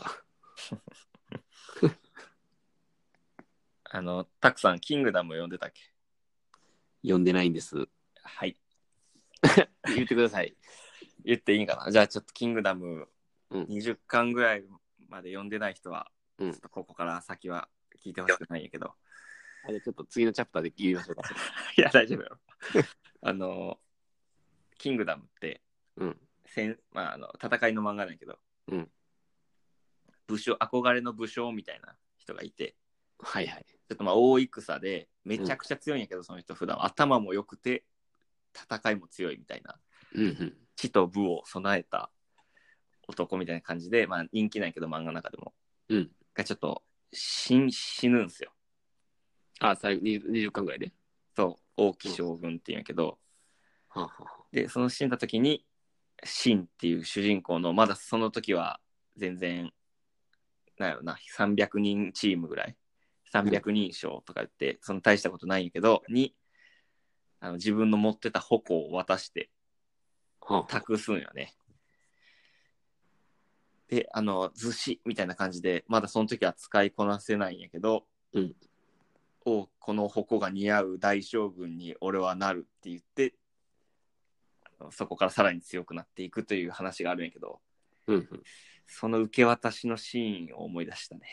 あの、たくさん、キングダム読んでたっけ？
読んでないんです。
はい。
言ってください。
言っていいんかな？じゃあちょっとキングダム
うん、
にじゅっかんぐらいまで読んでない人は、
うん、
ちょっとここから先は聞いてほしくないんやけど。
あれちょっと次のチャプターで言いましょうか。
いや、大丈夫よ。あの、キングダムって、
うん、
戦まあ、あの戦いの漫画なんやけど、
うん、
武将、憧れの武将みたいな人がいて、
はいはい。
ちょっとまあ大戦でめちゃくちゃ強いんやけど、うん、その人普段頭も良くて戦いも強いみたいな、
うんうん、
知と武を備えた男みたいな感じで、まあ人気ないけど漫画の中でも、
うん、
がちょっと死死ぬんすよ。
あ、最後にじゅっかんぐらいで。
そう、王毅将軍っていうんやけど、
うん、はあはあ、で
その死んだ時にシンっていう主人公の、まだその時は全然なんやろな、さんびゃくにんチームぐらい、さんびゃくにん賞とか言って、その大したことないんやけど、に、あの自分の持ってた矛を渡して託すんよね。で、あの、ずしみたいな感じで、まだその時は使いこなせないんやけど、
うん、
おこの矛が似合う大将軍に俺はなるって言って、そこからさらに強くなっていくという話があるんやけど、
うんうん、
その受け渡しのシーンを思い出したね。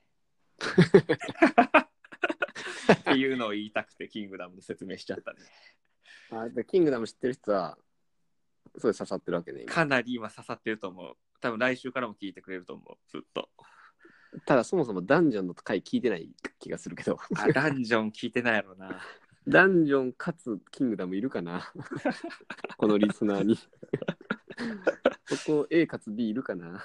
っていうのを言いたくてキングダムの説明しちゃったね。
あ、キングダム知ってる人はすごい刺さってるわけね。
かなり今刺さってると思う。多分来週からも聞いてくれると思う。ずっと。
ただそもそもダンジョンの回聞いてない気がするけど。
あ、ダンジョン聞いてないやろな。
ダンジョンかつキングダムいるかなこのリスナーに。そこ A かつ B いるかな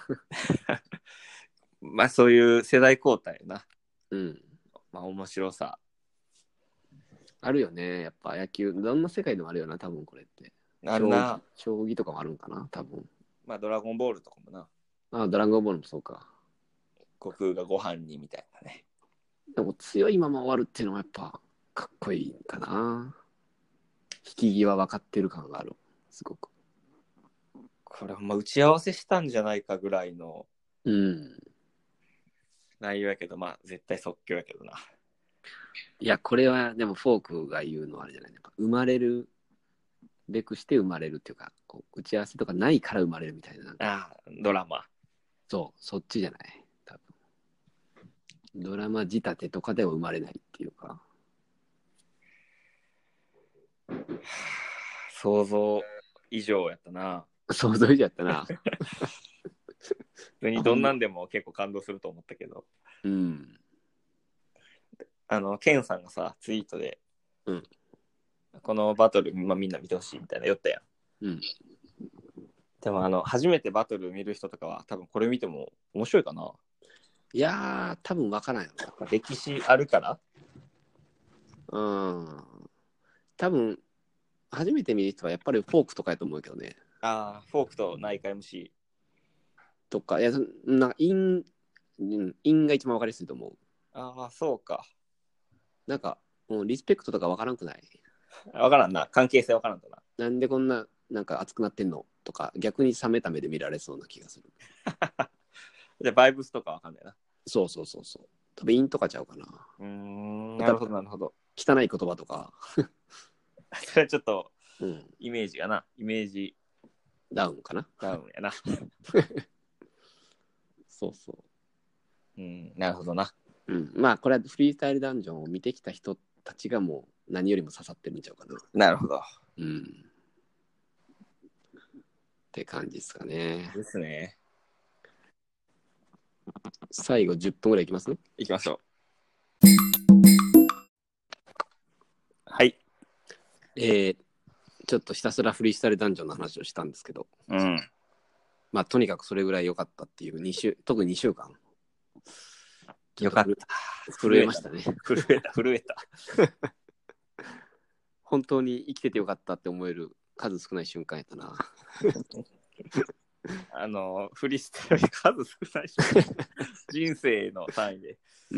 まあそういう世代交代な。
うん。
まあ面白さ。
あるよね。やっぱ野球、どんな世界でもあるよな、多分これって。
あるな。
将棋とかもあるんかな、多分。
まあドラゴンボールとかもな。
ああ、ドラゴンボールもそうか。
悟空がご飯にみたいなね。
でも強いまま終わるっていうのはやっぱかっこいいかな。引き際分かってる感がある。すごく。
これほんま打ち合わせしたんじゃないかぐらいの内容やけど、まあ絶対即興やけどな。
いや、これはでもフォークが言うのはあれじゃない。やっぱ生まれるべくして生まれるっていうか、こう打ち合わせとかないから生まれるみたいな。なんか
ああ、ドラマ。
そう、そっちじゃない。多分。ドラマ仕立てとかでは生まれないっていうか。
想像以上やったな。
想像以上やったな。
普通にどんなんでも結構感動すると思ったけど。
うん。
あの、ケンさんがさ、ツイートで、
うん、
このバトル、まあ、みんな見てほしいみたいな言ったやん。
うん。
でも、あの、初めてバトル見る人とかは、多分これ見ても面白いかな。
いやー、多分分からんよな。
歴史あるから
うん。多分、初めて見る人はやっぱりフォークとかやと思うけどね。
ああ、フォークとナイカ エムシ
ー。とか、いや、なんか、イン、インが一番分かりやすいと思う。
ああ、そうか。
なんか、もうリスペクトとか分からんくない？
分からんな。関係性分からんとな。
なんでこんな、なんか熱くなってんのとか、逆に冷めた目で見られそうな気がする。
じゃあ、バイブスとか分かんないな。
そうそうそうそう。 多分陰とかちゃうかな。
うーん、なるほど、なるほど。
汚い言葉とか、
それはちょっと、
うん、
イメージがな、イメージ
ダウンかな。
ダウンやな。
そうそ
うん、なるほどな。
う。うん。まあ、これはフリースタイルダンジョンを見てきた人たちがもう何よりも刺さってるんちゃうかな。
なるほど。
うん。って感じですかね。
ですね。
最後じゅっぷんぐらいいきます？
行きましょう。はい。
えー、ちょっとひたすらフリースタイルダンジョンの話をしたんですけど、
うん。
まあ、とにかくそれぐらい良かったっていうに週、特ににしゅうかん。
よかった。
震えましたね。
震えた、震えた。
本当に生きててよかったって思える数少ない瞬間やったな。
あの、フリースタイル数少ないし、人生の単位で、
うん。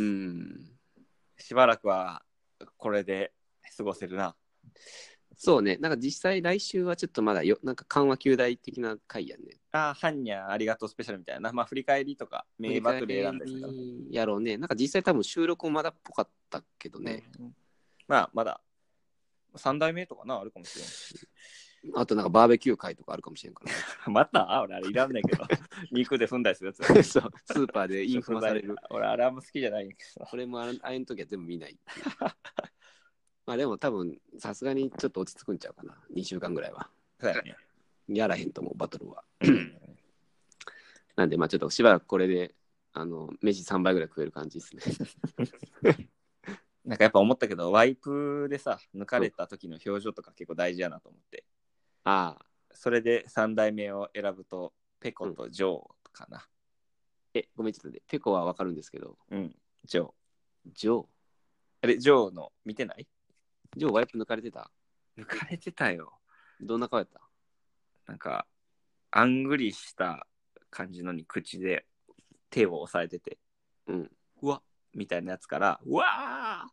しばらくはこれで過ごせるな。
そうね、なんか実際来週はちょっとまだよ、なんか緩和球大的な回やね。
ああ、ハンニャありがとうスペシャルみたいな。まあ、振り返りとか、名バトル選んだりとか。
やろうね。なんか実際多分収録もまだっぽかったけどね。
うん、まあ、まださん代目とかな、あるかもしれん。
あとなんかバーベキュー会とかあるかもしれんから。
また俺あれいらんねんけど。肉で踏んだりするやつ。
そう、スーパーでインフマされる。
俺あれあんま好きじゃないんけど。
俺もああいう時は全部見ない。まあでも多分さすがにちょっと落ち着くんちゃうかな。にしゅうかんぐらいは。
そうやね。
やらへんと思う、バトルは。
うん、
なんでまあちょっとしばらくこれで、あの、飯さんばいぐらい食える感じですね。
なんかやっぱ思ったけど、ワイプでさ、抜かれた時の表情とか結構大事やなと思って。
ああ。
それでさん代目を選ぶと、ペコとジョーかな。
うん、え、ごめんちょっとで、ペコはわかるんですけど。
うん、ジョー。
ジョー。
あれ、ジョーの見てない？
ジョーワイプ抜かれてた？
抜かれてたよ。
どんな顔やった？
なんか、あんぐりした感じのに口で手を押さえてて、
うん。
うわっみたいなやつから、うわーって、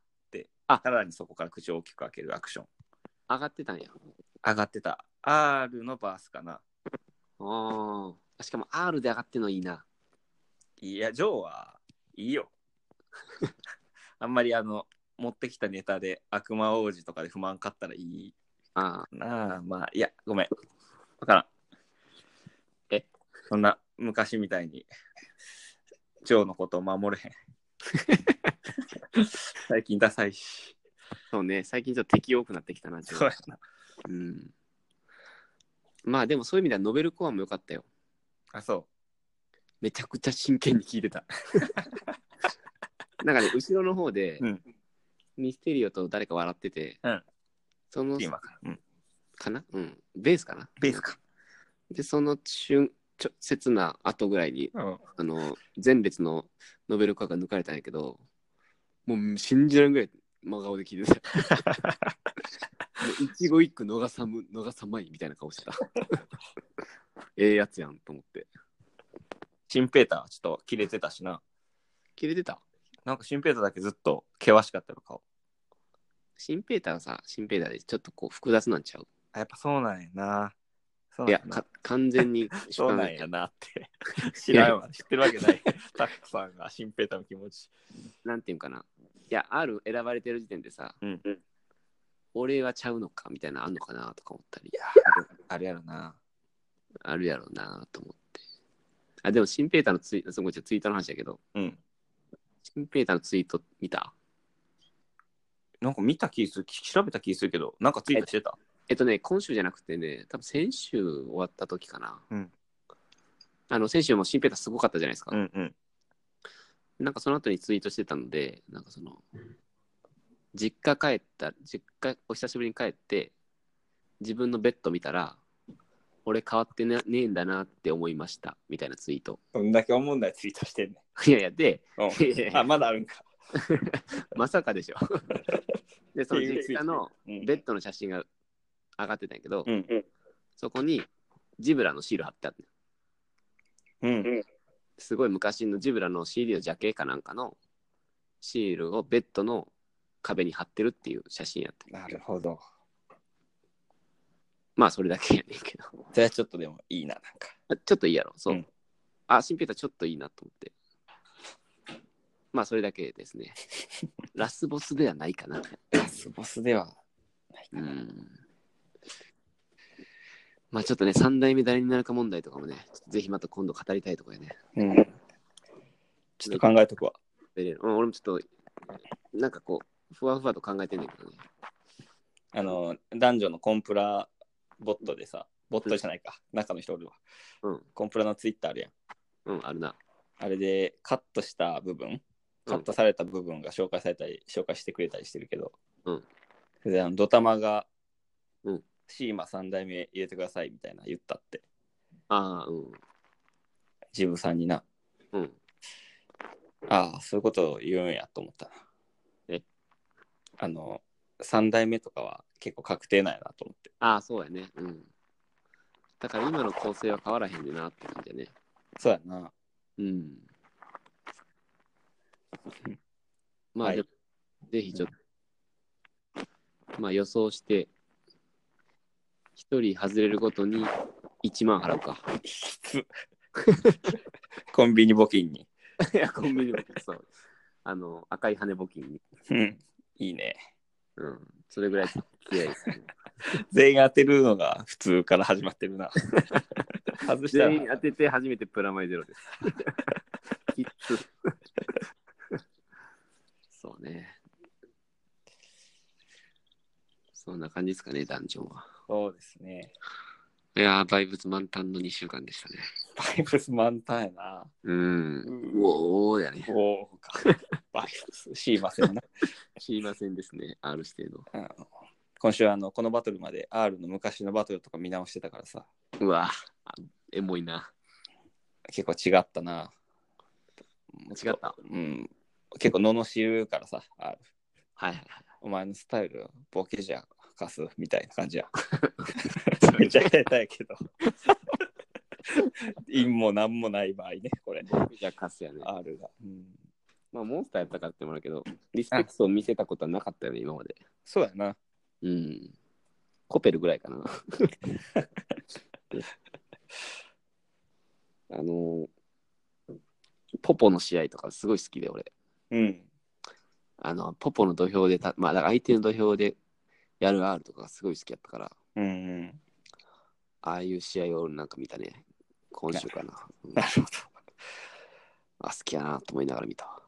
あ、
さらにそこから口を大きく開けるアクション。
上がってたんや。
上がってた。R のバースかな。
ああ。しかも R で上がってんのいいな。
いや、ジョーはいいよ。あんまりあの、持ってきたネタで悪魔王子とかで不満買ったらいい
あ
なあ。まあ、いや、ごめん。わからん。
え
そんな昔みたいに、ジョーのことを守れへん。最近ダサいし。
そうね、最近ちょっと敵多くなってきたな。
そうやな。
うん。まあでもそういう意味ではノベルコアも良かったよ。
あ、そう。
めちゃくちゃ真剣に聞いてた。なんかね、後ろの方で、
うん、
ミステリオと誰か笑ってて、
うん、
その、
今か、うん、
かなうん。ベースかな
ベースか。
で、その瞬、ちょ切な後ぐらいに、
うん、
あの、前列のノベルコアが抜かれたんやけど、もう信じられんぐらい真顔で聞いてた。もう一語一句逃さむ、逃さまいみたいな顔してた。ええやつやんと思って。
シンペーターちょっとキレてたしな。
キレてた？
なんかシンペーターだけずっと険しかったよ、顔。
シンペーターはさ、シンペーターでちょっとこう複雑なんちゃう？
あ、やっぱそうなんやな。そう
いや
なんやな、
か、完全に
そうなんやなって。知らんわ。知ってるわけない。タックさんがシンペーターの気持ち。
なんていうんかな。いや、ある選ばれてる時点でさ、
うん。
俺はちゃうのかみたいなのあんのかなとか思ったり。
いや、あるやろな。
あるやろうなと思って。あ、でもシンペーターのツイそこツイートの話だけど、
うん。
シンペーターのツイート見た？
なんか見た気する、調べた気するけど、なんかツイートしてた？
えっとね、今週じゃなくてね、多分先週終わった時かな。
うん。
あの、先週もシンペーターすごかったじゃないですか。
うんうん。
なんかその後にツイートしてたので、なんかその、実家帰った、実家お久しぶりに帰って、自分のベッド見たら、俺変わってねねえんだなって思いました、みたいなツイート。
どんだけ思んないツイートしてんね
いやいや、で、
ん。あ、まだあるんか。
まさかでしょ。で、その実家のベッドの写真が上がってたんやけど、
うんうん、
そこにジブラのシール貼ってあった。
うん、
すごい昔のジブラの シーディー のジャケかなんかのシールをベッドの壁に貼ってるっていう写真やった。
なるほど。
まあそれだけやねんけど。
それはちょっとでもいいな、なんか。
ちょっといいやろ。そう。
うん、
あ、シンペーターちょっといいなと思って。 まあそれだけですね。ラスボスではないかな。
ラスボスではないかな。
うん。まあちょっとね、さん代目誰になるか問題とかもね、ぜひまた今度語りたいところやね。
うん。ちょっと考えとくわ。
うん、俺もちょっと、なんかこう、ふわふわと考えてんねんけどね。
あの、男女のコンプラボットでさ、ボットじゃないか、うん、中の人おるわ。
うん。
コンプラのツイッターあるやん。
うん、あるな。
あれでカットした部分、カットされた部分が紹介されたり、紹介してくれたりしてるけど、
うん。
で、あのドタマが、
うん、
シーマさん代目入れてくださいみたいな言ったって。
ああ、うん。
ジブさんにな。
うん。
ああ、そういうことを言うんやと思ったな。
え
あの、さん代目とかは結構確定なんやなと思って。
ああ、そうやね。うん。だから今の構成は変わらへんでなって感じだね。
そうやな。
うん。まあ、
はい、
でぜひちょっと、うん、まあ予想して、ひとり外れるごとにいちまん払うか。
コンビニ募金に。
いや、コンビニ募金、そう。あの、赤い羽募金に。
うん、いいね。
うん。それぐらい気合いですね。
全員当てるのが普通から始まってるな。外したら
全員当てて初めてプラマイゼロです。きつ。そうね。そんな感じですかね、ダンジョンは。
そうですね。
いやー、バイブス満タンのにしゅうかんでしたね。
バイブス満タンやな。
うん。うおーやね。
おーか。バイブス、しませんな。
知りませんですね、R 指定の。
うん、今週あの、このバトルまで R の昔のバトルとか見直してたからさ。
うわ、エモいな。
結構違ったな。
違った。
うん。結構罵るからさ、R。
はいはいはい。
お前のスタイルボケじゃ貸すみたいな感じや。めっちゃ下手やけど。陰もなんもない場合ね、これ。
じゃあ、カスやね。
R が。うん、
まあ、モンスターやったからってもあるけど、リスペクトを見せたことはなかったよね、今まで。
そうやな。
うん。コペルぐらいかな。あの、ポポの試合とかすごい好きで、俺。
うん。
あの、ポポの土俵でた、まあ、だから相手の土俵でやる R とかがすごい好きやったから、
うん、うん。
ああいう試合をなんか見たね。今週かな。うん、
なるほど。
あ、好きやなと思いながら見たわ。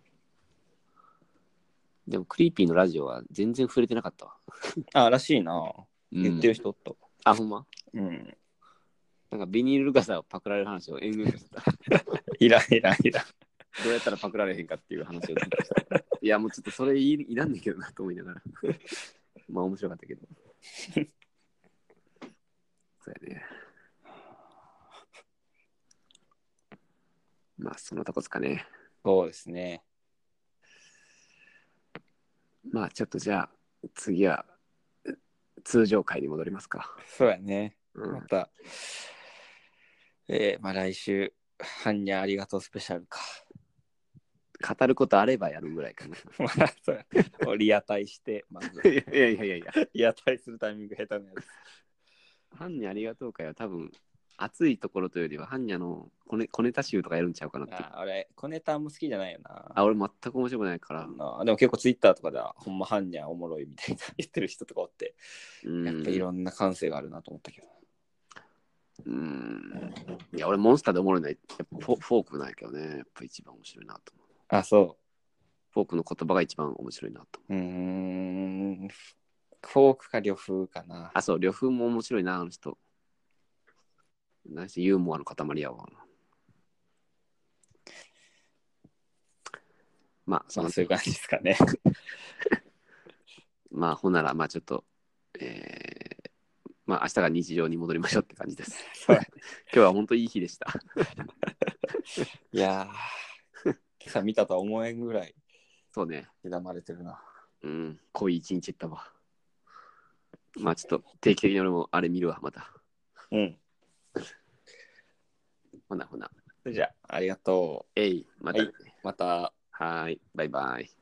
でも、クリーピーのラジオは全然触れてなかったわ。
あ、らしいな。
うん、
言ってる人おった。
あ、ほんま？
うん。
なんかビニール傘をパクられる話を延々としてた。
いらんいらんいらん。
どうやったらパクられへんかっていう話をずっとしてた。いや、もうちょっとそれいいらんねんけどなと思いながら。まあ面白かったけど。そうやね。まあそのとこですかね。
そうですね。
まあちょっとじゃあ次は通常回に戻りますか。
そうやね。
うん、
また、えー、まあ来週、ハンニャありがとうスペシャルか。
語ることあればやるぐらいかな。
まあ、そうや。リアタイして、まず。
いやいやいやいや。
リアタイするタイミング下手なやつ。
ハンニャありがとう会は多分熱いところというよりはハンニャの小ネ小ネタ集とかやるんちゃうかなって。
あ俺、小ネタあんま好きじゃないよな。
あ、俺全く面白くないから。
あでも結構ツイッターとかでは、ほんまハンニャおもろいみたいな言ってる人とかおって、
うん、
やっぱいろんな感性があるなと思ったけど。
うん。いや、俺モンスターでおもろいのはやっぱフォフォークなんやけどね。やっぱ一番面白いなと思う。
あ、そ
フォークの言葉が一番面白いなと
う。うーん。フォークか呂布かな。
あ、そう、呂布も面白いな、あの人。何せユーモアの塊やわ。まあ、そ
まあ、
の
そういう感じですかね。
まあ、ほんなら、まあちょっと、えー、まあ明日が日常に戻りましょうって感じです。今日は本当いい日でした。
いやー、今朝見たとは思えんぐらい、
そうね。
刻まれてるな。
うん、濃い一日いったわ。まあちょっと定期的に俺もあれ見るわ、また。
うん。
ほなほな。
じゃあ、ありがとう。
えい、また、ね。
はい、また。
はーい、バイバイ。